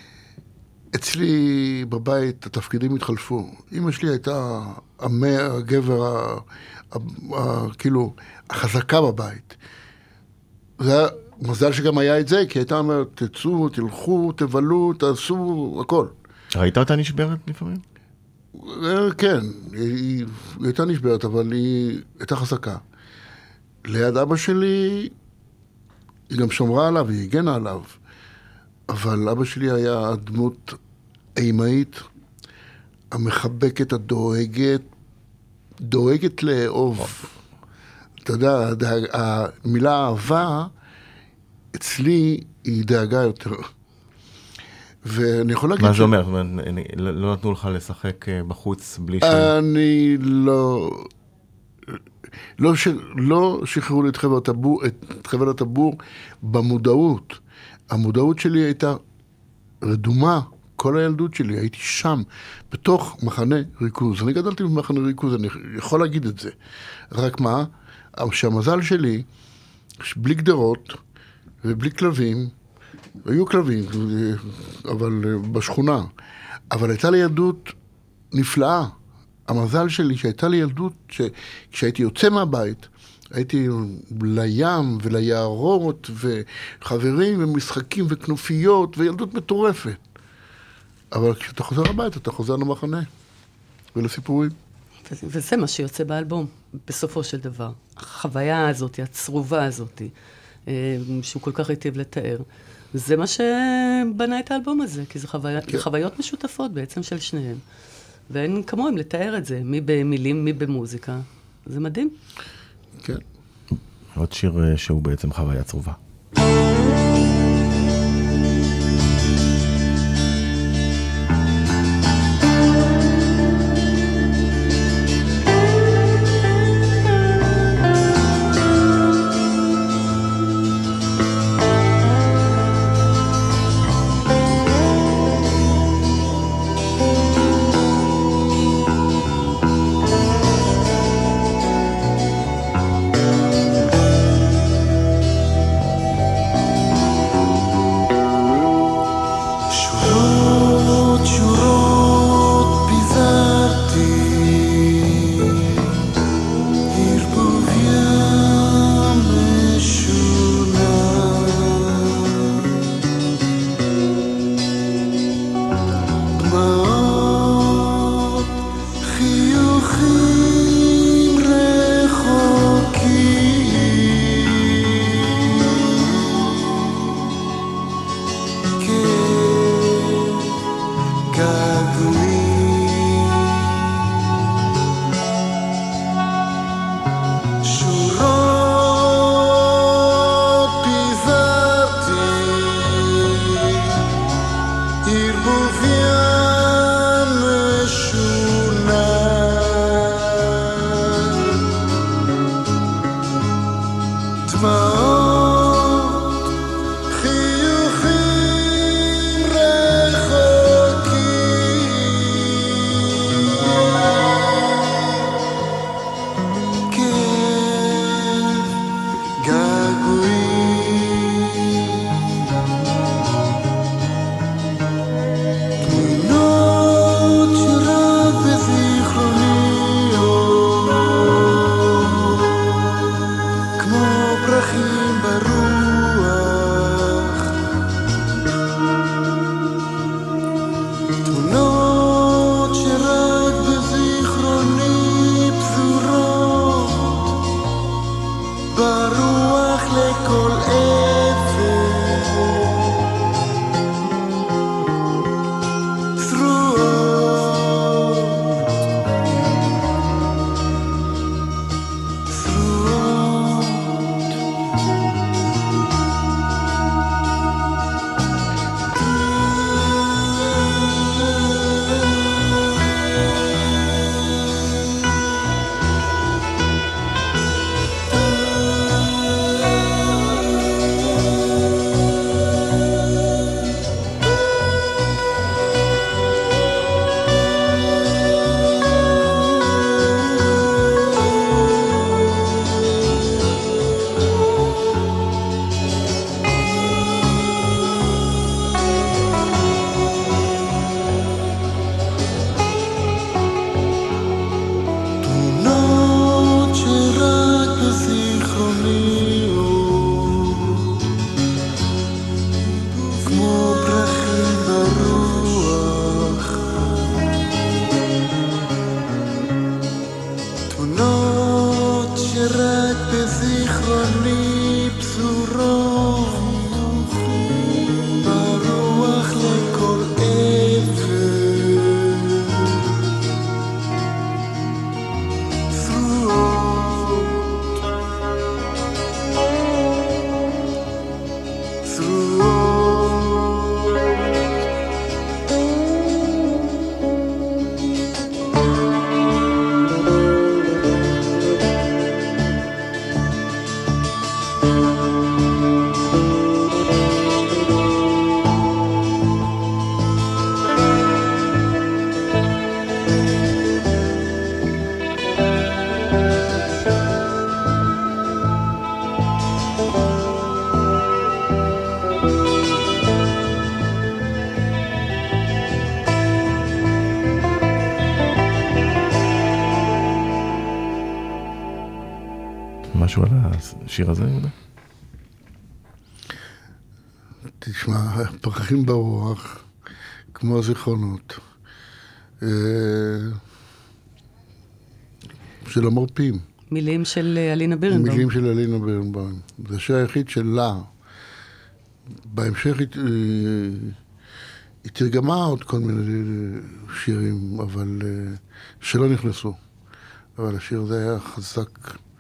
אצלי בבית התפקידים התחלפו. אמא שלי הייתה הגבר, ה, ה, ה, כאילו, החזקה בבית. זה היה מזל שגם היה את זה, כי הייתה אומרת, תצאו, תלכו, תבלו, תעשו, הכל. ראית אותה נשברת לפעמים? כן, היא, היא הייתה נשברת, אבל היא הייתה חזקה. ליד אבא שלי, היא גם שומרה עליו, היא הגנה עליו. אבל אבא שלי היה דמות אימהית, המחבקת, הדואגת, דואגת לאהוב. אתה יודע, המילה אהבה, אצלי היא דאגה יותר. ואני יכול להגיד... מה זה אומר? לא נתנו לך לשחק בחוץ בלי ש... אני לא... לא, ש... לא שחררו לי את חבל הטבור, את חבל הטבור במודעות. המודעות שלי הייתה רדומה, כל הילדות שלי, הייתי שם, בתוך מחנה ריכוז. אני גדלתי במחנה ריכוז, אני יכול להגיד את זה. רק מה? שהמזל שלי, בלי גדרות ובלי כלבים, היו כלבים, אבל בשכונה, אבל הייתה לי ילדות נפלאה. המזל שלי שהייתה לי ילדות, שכשהייתי יוצא מהבית, הייתי לים וליערות וחברים ומשחקים וכנופיות וילדות מטורפת. אבל כשאתה חוזר הביתה, אתה חוזר למחנה ולסיפורים. וזה מה שיוצא באלבום, בסופו של דבר. החוויה הזאת, הצרובה הזאת, שהוא כל כך היטיב לתאר. זה מה שבנה את האלבום הזה, כי זה חוויה, כן. חוויות משותפות בעצם של שניהם. ואין כמוהם לתאר את זה, מי במילים, מי במוזיקה. זה מדהים. כן. עוד שיר שהוא בעצם חוויה צרובה. בזיכרוני פזורות ברוח לכל עבר משהו על השיר הזה, יהודה? תשמע, פרחים ברוח, כמו הזיכרונות, של המורפים. מילים של אלינה בירנבאום. מילים של אלינה בירנבאום. זה השיר היחיד שלה. בהמשך היא, היא תרגמה עוד כל מיני שירים, אבל שלא נכנסו. אבל השיר הזה היה חזק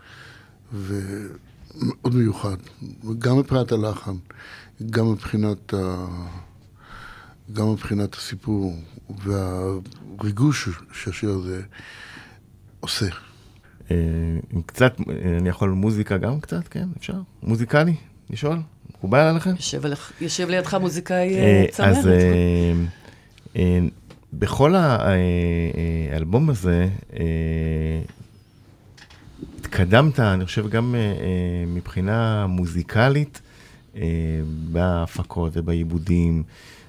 ומאוד מיוחד, גם מבחינת הלחן, גם מבחינת, ה... גם מבחינת הסיפור והריגוש שהשיר הזה עושה. קצת, אני יכול מוזיקה גם קצת, כן? אפשר? מוזיקלי? לשאול? מקובל עליכם? יושב, יושב לידך מוזיקאי צמרת. אז בכל האלבום הזה, התקדמת, אני חושב, גם מבחינה מוזיקלית, בהפקות ובעיבודים,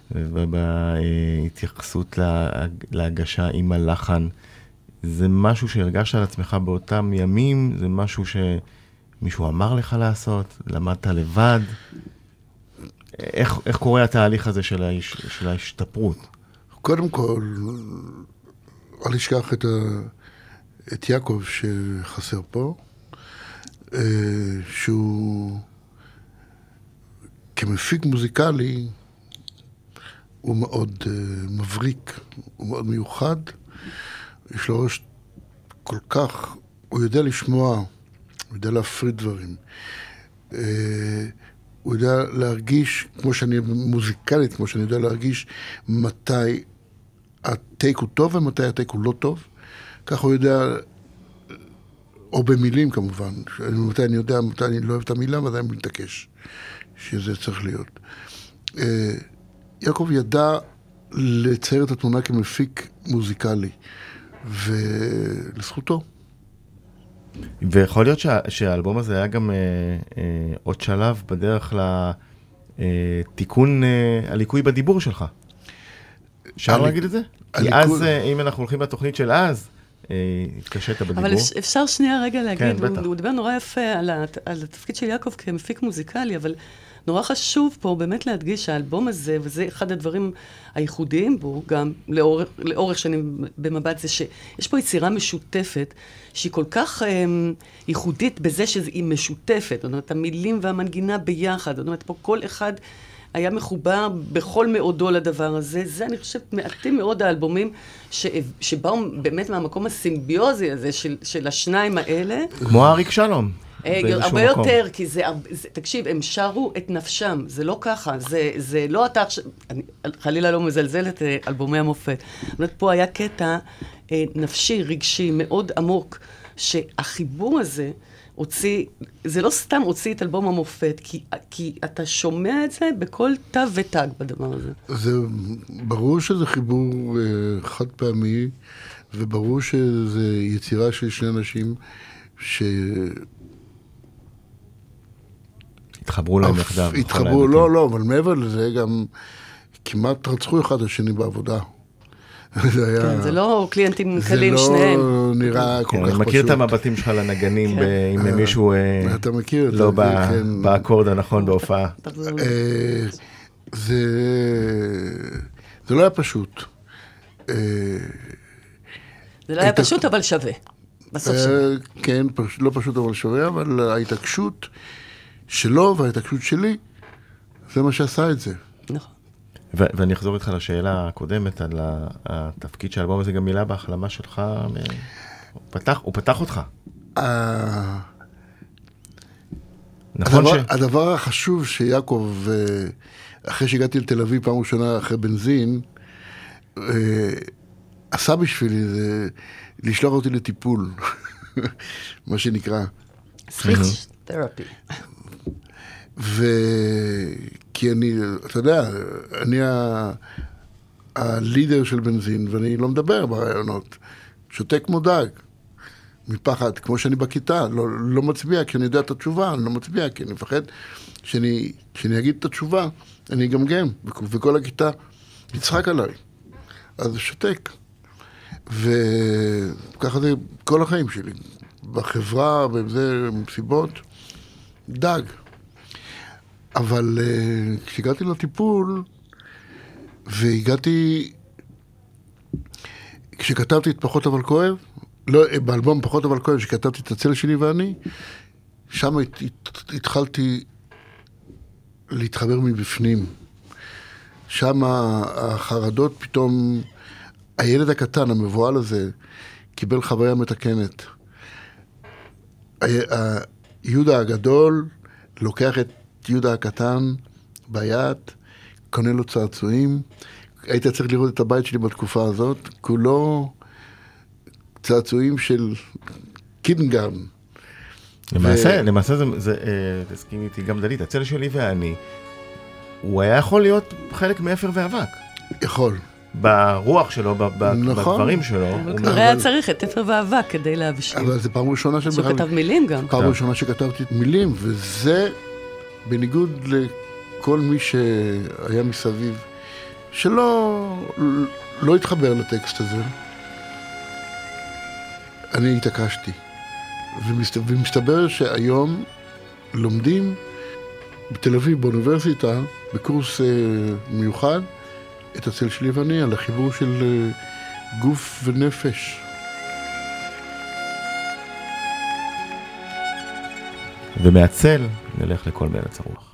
ובהתייחסות להגשה עם הלחן. זה משהו שהרגשת על עצמך באותם ימים? זה משהו שמישהו אמר לך לעשות? למדת לבד? איך, איך קורה התהליך הזה של, ההש, של ההשתפרות? קודם כל, אל תשכח את, ה, את יעקב שחסר פה, שהוא כמפיק מוזיקלי, הוא מאוד מבריק, הוא מאוד מיוחד, יש לו ראש כל כך, הוא יודע לשמוע, הוא יודע להפריד דברים. הוא יודע להרגיש, כמו שאני מוזיקלית, כמו שאני יודע להרגיש מתי הטייק הוא טוב ומתי הטייק הוא לא טוב. ככה הוא יודע, או במילים כמובן, מתי אני יודע, מתי אני לא אוהב את המילה, מתי אני מתעקש שזה צריך להיות. יעקב ידע לצייר את התמונה כמפיק מוזיקלי. ולזכותו. ויכול להיות שה, שהאלבום הזה היה גם אה, אה, עוד שלב בדרך לתיקון אה, הליקוי בדיבור שלך. אפשר הליק... להגיד את זה? הליקוי... כי אז, אה, אם אנחנו הולכים לתוכנית של אז, אה, התקשת בדיבור. אבל אפשר שנייה רגע להגיד, כן, הוא, הוא דיבר נורא יפה על, הת... על התפקיד של יעקב כמפיק מוזיקלי, אבל נורא חשוב פה באמת להדגיש שהאלבום הזה, וזה אחד הדברים הייחודיים בו, גם לאורך, לאורך שנים במבט, זה שיש פה יצירה משותפת, שהיא כל כך אה, ייחודית בזה שהיא משותפת, זאת אומרת, המילים והמנגינה ביחד, זאת אומרת, פה כל אחד היה מחובר בכל מאודו לדבר הזה. זה, אני חושבת, מעטים מאוד האלבומים ש... שבאו באמת מהמקום הסימביוזי הזה של, של השניים האלה. כמו אריק שלום. הרבה יותר, כי זה, זה, תקשיב, הם שרו את נפשם, זה לא ככה, זה, זה לא אתה, אני חלילה לא מזלזלת אלבומי המופת. זאת אומרת, פה היה קטע נפשי, רגשי, מאוד עמוק, שהחיבור הזה הוציא, זה לא סתם הוציא את אלבום המופת, כי, כי אתה שומע את זה בכל תו ותג בדבר הזה. זה ברור שזה חיבור חד פעמי, וברור שזה יצירה של שני אנשים ש... התחברו להם יחדיו. התחברו, לא, לא, אבל מעבר לזה גם כמעט רצחו אחד השני בעבודה. זה לא קליינטים קלים שניהם. זה לא נראה כל כך פשוט. אני מכיר את המבטים שלך לנגנים, אם מישהו לא באקורד הנכון בהופעה. זה לא היה פשוט. זה לא היה פשוט, אבל שווה. בסוף שווה. כן, לא פשוט אבל שווה, אבל ההתעקשות שלו וההתעקשות שלי, זה מה שעשה את זה. נכון. ו- ואני אחזור איתך לשאלה הקודמת על התפקיד של האלבום הזה, גם מילה בהחלמה שלך, הוא פתח, הוא פתח אותך. נכון הדבר, ש... הדבר החשוב שיעקב, אחרי שהגעתי לתל אביב פעם ראשונה אחרי בנזין, עשה בשבילי זה לשלוח אותי לטיפול, מה שנקרא. סוויץ' תרפי. וכי אני, אתה יודע, אני הלידר של בנזין, ואני לא מדבר ברעיונות, שותק כמו דג, מפחד, כמו שאני בכיתה, לא, לא מצביע, כי אני יודע את התשובה, אני לא מצביע, כי אני מפחד שאני, שאני אגיד את התשובה, אני אגמגם, וכל הכיתה יצחק עליי. אז שותק. וככה זה כל החיים שלי. בחברה, בזה, מסיבות, דג. אבל uh, כשהגעתי לטיפול, והגעתי, כשכתבתי את פחות אבל כואב, לא, באלבום פחות אבל כואב, כשכתבתי את הצל שלי ואני, שם הת, הת, התחלתי להתחבר מבפנים. שם החרדות פתאום, הילד הקטן, המבועל הזה, קיבל חוויה מתקנת. יהודה הגדול לוקח את יהודה הקטן ביד, קונה לו צעצועים. היית צריך לראות את הבית שלי בתקופה הזאת, כולו צעצועים של קינגן. למעשה, ו... למעשה זה, זה אה, תסכים איתי גם דלית, הצל שלי ואני, הוא היה יכול להיות חלק מאפר ואבק. יכול. ברוח שלו, נכון. בדברים שלו. אבל כבר היה צריך את אפר ואבק כדי להבשיל. אבל זה פעם ראשונה שהוא כתב מילים גם. פעם ראשונה שכתבתי מילים, וזה בניגוד לכל מי שהיה מסביב, שלא לא התחבר לטקסט הזה. אני התעקשתי. ומסתבר שהיום לומדים בתל אביב, באוניברסיטה, בקורס מיוחד, את הצל שלי ואני, על החיבור של גוף ונפש. ומהצל נלך לכל בארץ הרוח.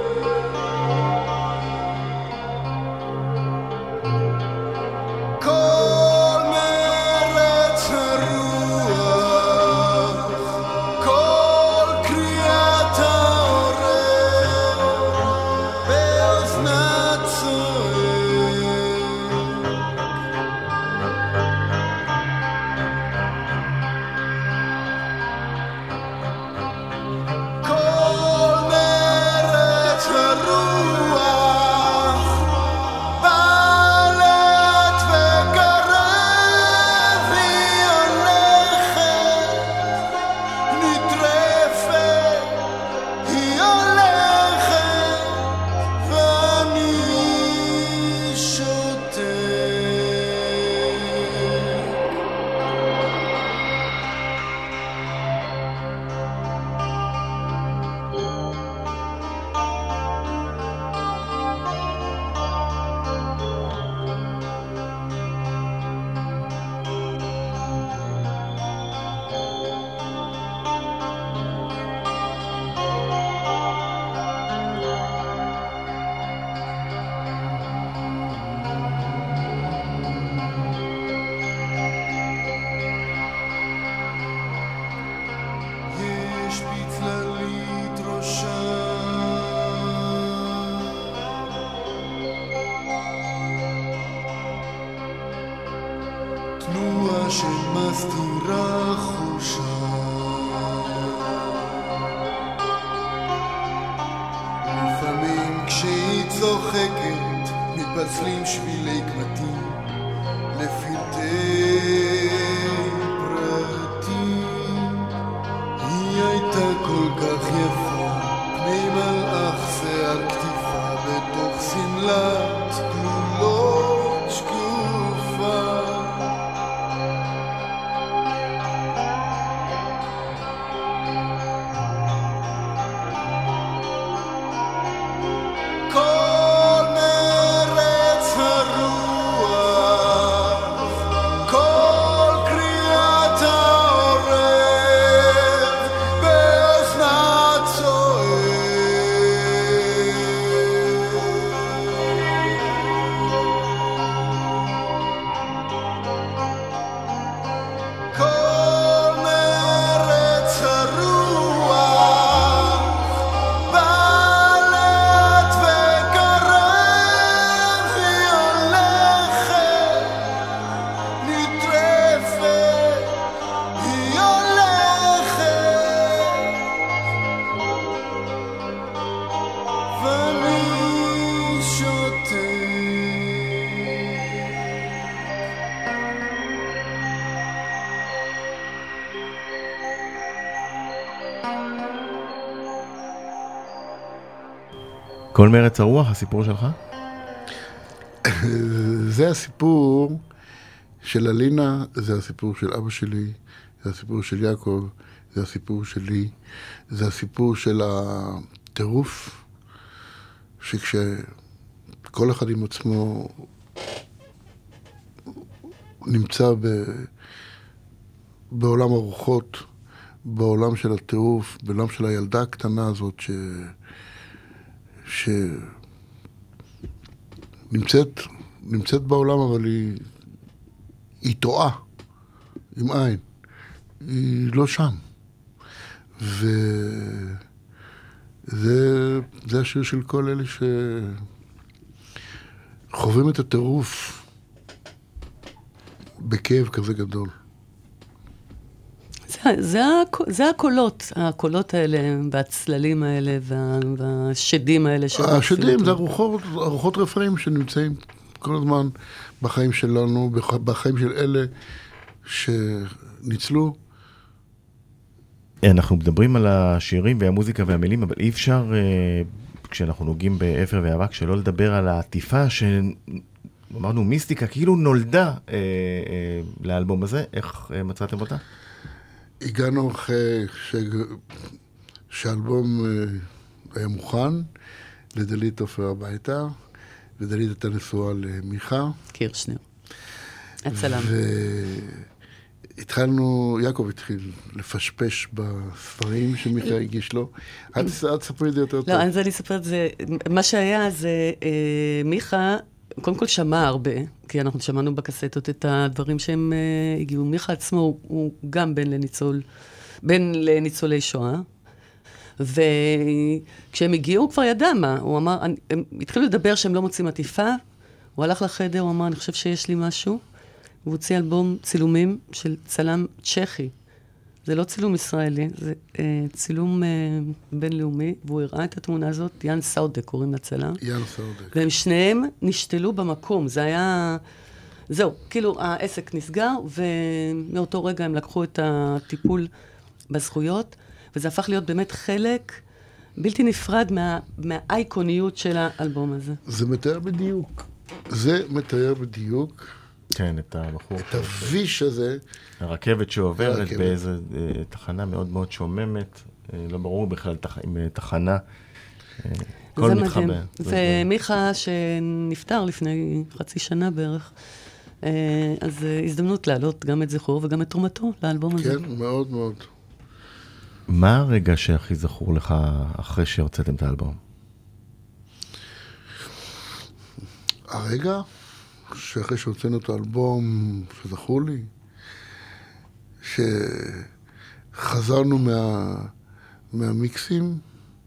כל מסתירה חושה. לפעמים כשהיא צוחקת מתפצלים שבילי קמטים לפרטי פרטים. היא הייתה כל כך יפה, פני מלאך שיער כתיפה בתוך סמלת גלולות שקופה. כל מרץ הרוח, כל קריאת העורב באוזנה צועק. כל מרץ הרוח בלט וקרב, היא הולכת נטרפת, היא הולכת ואני שותק. כל מרץ הרוח, הסיפור שלך? זה הסיפור של אלינה, זה הסיפור של אבא שלי, זה הסיפור של יעקב, זה הסיפור שלי, זה הסיפור של הטירוף, שכשכל אחד עם עצמו נמצא ב... בעולם הרוחות, בעולם של הטירוף, בעולם של הילדה הקטנה הזאת ש... ש... נמצאת, נמצאת בעולם, אבל היא, היא טועה, עם עין. היא לא שם. וזה, זה השיר של כל אלה שחווים את הטירוף בכאב כזה גדול. זה, זה, הקול- זה הקולות, הקולות האלה, והצללים האלה, וה, והשדים האלה. השדים זה הרוחות, הרוחות רפאים שנמצאים כל הזמן בחיים שלנו, בח- בחיים של אלה שניצלו. אנחנו מדברים על השירים והמוזיקה והמילים, אבל אי אפשר, אה, כשאנחנו נוגעים באפר ואבק, שלא לדבר על העטיפה שאמרנו מיסטיקה, כאילו נולדה אה, אה, לאלבום הזה. איך אה, מצאתם אותה? הגענו אחרי ש... שהאלבום אה, היה מוכן, לדלית עופר הביתה, ודלית הייתה נשואה למיכה. קירשנר. הצלם. והתחלנו, יעקב התחיל לפשפש בספרים שמיכה הגיש לו. את תספרי את זה יותר טוב. לא, אז אני אספר את זה. מה שהיה זה, אה, מיכה, קודם כל שמע הרבה, כי אנחנו שמענו בקסטות את הדברים שהם אה, הגיעו. מיכה עצמו הוא, הוא גם בן לניצול, בן לניצולי שואה, וכשהם הגיעו הוא כבר ידע מה. הוא אמר, אני, הם התחילו לדבר שהם לא מוצאים עטיפה, הוא הלך לחדר, הוא אמר, אני חושב שיש לי משהו, הוא הוציא אלבום צילומים של צלם צ'כי. זה לא צילום ישראלי, זה אה, צילום אה, בינלאומי, והוא הראה את התמונה הזאת, יאן סאודק קוראים לצלם. יאן סאודק. והם שניהם נשתלו במקום, זה היה... זהו, כאילו העסק נסגר, ומאותו רגע הם לקחו את הטיפול בזכויות, וזה הפך להיות באמת חלק בלתי נפרד מה, מהאייקוניות של האלבום הזה. זה מתאר בדיוק. זה מתאר בדיוק. כן, את הבחור. את הוויש הזה. הרכבת שעוברת הרכבת. באיזו אה, תחנה מאוד מאוד שוממת, אה, לא ברור בכלל תח... עם אה, תחנה. אה, כל זה מתחבר. מדהים. ומיכה שנפטר לפני חצי שנה בערך, אה, אז אה, הזדמנות להעלות גם את זכרו וגם את תרומתו לאלבום הזה. כן, מאוד מאוד. מה הרגע שהכי זכור לך אחרי שהוצאתם את האלבום? הרגע שאחרי שהוצאנו את האלבום, שזכור לי, שחזרנו מה, מהמיקסים,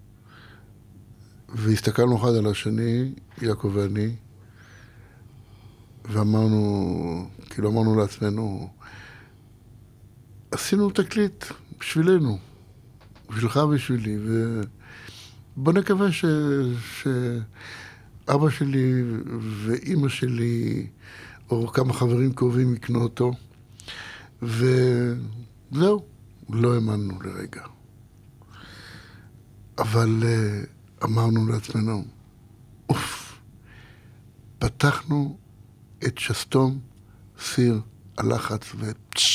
והסתכלנו אחד על השני, יעקב ואני, ואמרנו, כאילו אמרנו לעצמנו, עשינו תקליט בשבילנו, בשבילך ובשבילי, ובוא נקווה ש... שאבא שלי ואימא שלי, או כמה חברים קרובים יקנו אותו, וזהו, לא האמנו לרגע. אבל uh, אמרנו לעצמנו, אוף, פתחנו את שסתום סיר הלחץ ו...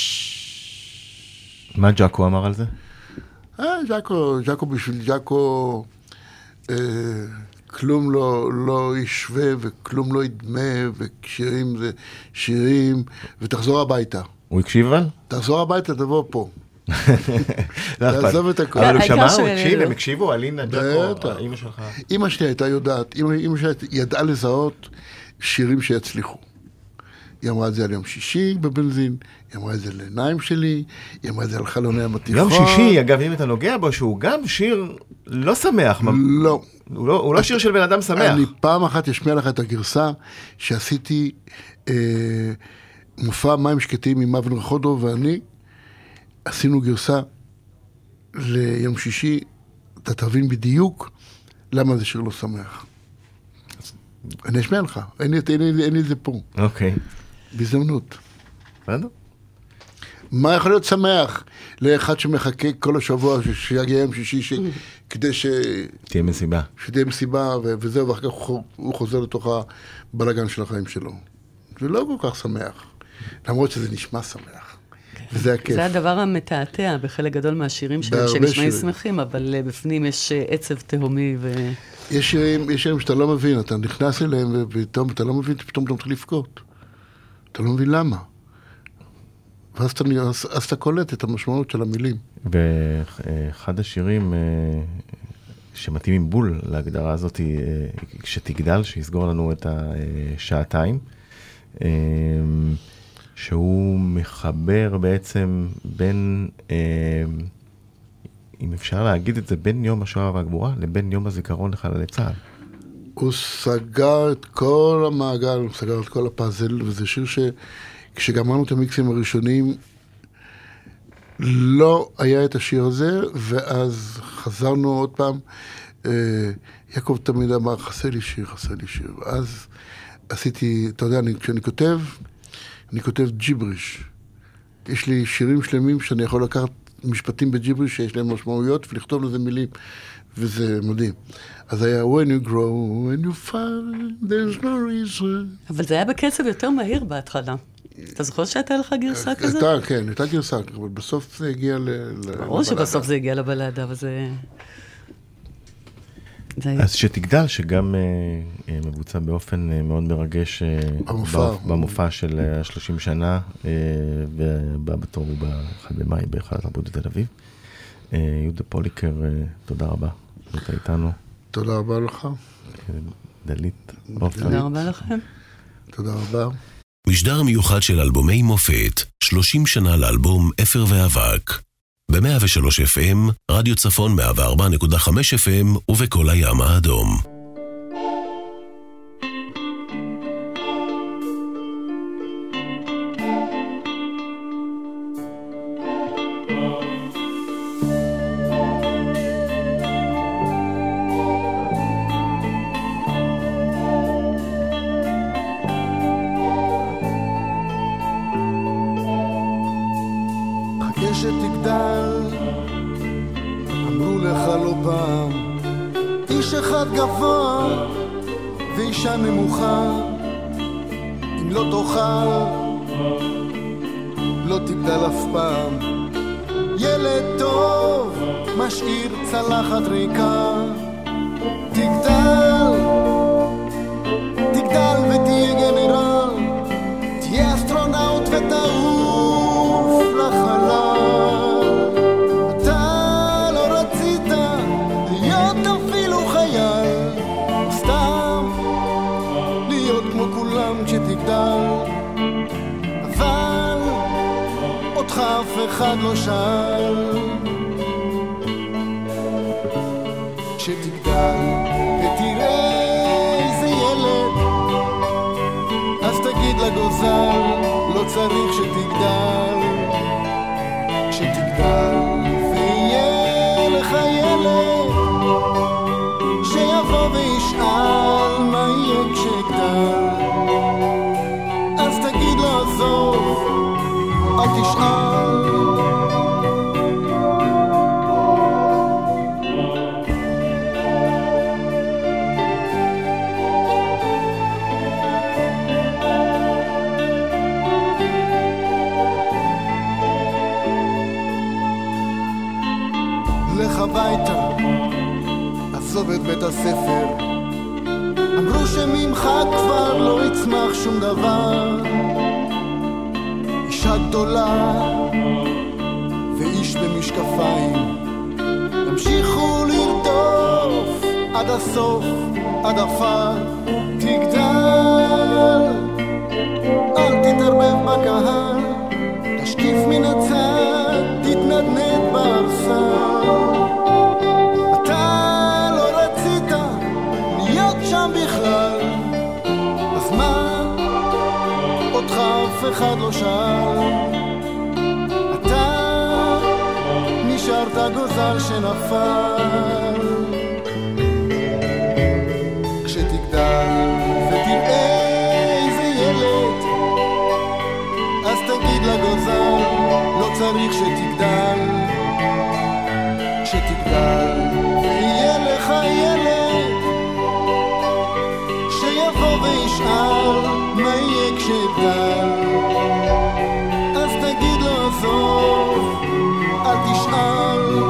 מה ג'אקו אמר על זה? אה, ג'אקו, ג'אקו בשביל ג'אקו, אה, כלום לא, לא ישווה וכלום לא ידמה, ושירים זה שירים, ותחזור הביתה. הוא הקשיב אבל? תחזור הביתה, תבוא פה. תעזוב את הכל. אבל הוא שמע, הוא הקשיב, הם הקשיבו, אלינה, ג'אקו, אמא שלך. אמא שלי הייתה יודעת, אמא שלי ידעה לזהות שירים שיצליחו. היא אמרה את זה על יום שישי בבנזין, היא אמרה את זה לעיניים שלי, היא אמרה את זה על חלוני המתיכון. יום שישי, אגב, אם אתה נוגע בו, שהוא גם שיר לא שמח. לא. הוא לא, הוא לא שיר של בן אדם שמח. אני פעם אחת אשמיע לך את הגרסה שעשיתי אה, מופע מים שקטים עם אבן רחודו ואני, עשינו גרסה ליום שישי, אתה תבין בדיוק למה זה שיר לא שמח. אני אשמיע לך, אין לי את זה פה. אוקיי. בהזדמנות. בסדר? מה יכול להיות שמח לאחד שמחכה כל השבוע שיגיע יום שישי כדי ש... תהיה מסיבה. שתהיה מסיבה וזהו, ואחר כך הוא חוזר לתוך הבלגן של החיים שלו. זה לא כל כך שמח, למרות שזה נשמע שמח. וזה הכיף. זה הדבר המתעתע בחלק גדול מהשירים שלהם, שנשמעים שמחים, אבל בפנים יש עצב תהומי ו... יש שירים, יש שירים שאתה לא מבין, אתה נכנס אליהם ופתאום אתה לא מבין, פתאום אתה מתחיל לבכות. אתה לא מבין למה. ואז אתה, אז, אז אתה קולט את המשמעות של המילים. ואחד השירים שמתאימים בול להגדרה הזאת, כשתגדל, שיסגור לנו את השעתיים, שהוא מחבר בעצם בין, אם אפשר להגיד את זה, בין יום השואה והגבורה לבין יום הזיכרון לחללי צה"ל. הוא סגר את כל המעגל, הוא סגר את כל הפאזל, וזה שיר שכשגמרנו את המיקסים הראשונים, לא היה את השיר הזה, ואז חזרנו עוד פעם, אה, יעקב תמיד אמר, חסר לי שיר, חסר לי שיר, ואז עשיתי, אתה יודע, אני, כשאני כותב, אני כותב ג'יבריש. יש לי שירים שלמים שאני יכול לקחת משפטים בג'יבריש שיש להם משמעויות, ולכתוב לזה מילים, וזה מדהים. אז היה, when you grow, when you find, there's no reason. אבל זה היה בקצב יותר מהיר בהתחלה. אתה זוכר שהייתה לך גרסה כזאת? הייתה, כן, הייתה גרסה, אבל בסוף זה הגיע לבלדה. ברור שבסוף זה הגיע לבלדה, אבל זה... אז שתגדל, שגם מבוצע באופן מאוד מרגש במופע של שלושים שנה, ובא בתור ב-אחד במאי בהיכל התרבות בתל אביב. יהודה פוליקר, תודה רבה. היית איתנו. תודה רבה לך. דלית. תודה רבה לכם. תודה רבה. משדר מיוחד של אלבומי מופת, שלושים שנה לאלבום אפר ואבק. ב-מאה ושלוש אף אם, רדיו צפון מאה וארבע נקודה חמש אף אם ובכל הים האדום. שתגדל, אמרו לך לא פעם, איש אחד גבוה ואישה נמוכה, אם לא תאכל לא תגדל אף פעם. ילד טוב משאיר צלחת ריקה. תגדל, תגדל ותהיה גנרל, תהיה אסטרונאוט ותעוף לחלל. אתה לא רצית להיות אפילו חייל, סתם להיות כמו כולם כשתגדל, אבל אותך אף אחד לא שאל. כשתגדל ותראה איזה ילד, אז תגיד לגוזל לא צריך שתגדל, אל תשאל. לך הביתה, עזוב את בית הספר, אמרו שממך כבר לא יצמח שום דבר. אישה גדולה ואיש במשקפיים ימשיכו לרדוף עד הסוף, עד עפר תגדל. אל תתערבב בקהל, תשקיף מן הצד, תתנדנד בארסל. אתה לא רצית להיות שם בכלל, אז מה? אותך אף אחד לא שאל. אתה נשארת גוזל שנפל. כשתגדל ותראה איזה ילד, אז תגיד לגוזל לא צריך שתגדל. כשתגדל ויהיה לך ילד שיבוא וישאל מה יהיה כשגדל, אז תגיד לו עזוב, אל תשאל.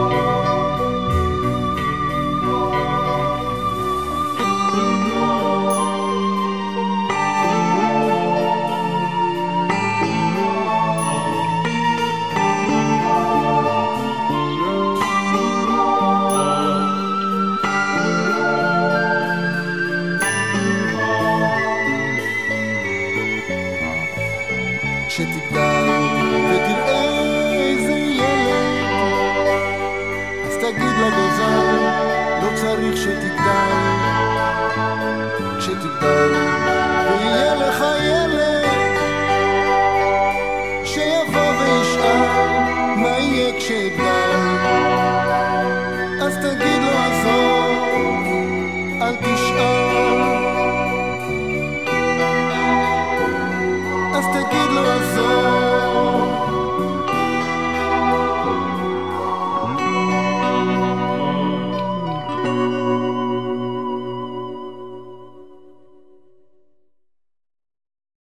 כשתגדל ותראה איזה ילד, אז תגיד לגוזל לא צריך שתגדל. כשתגדל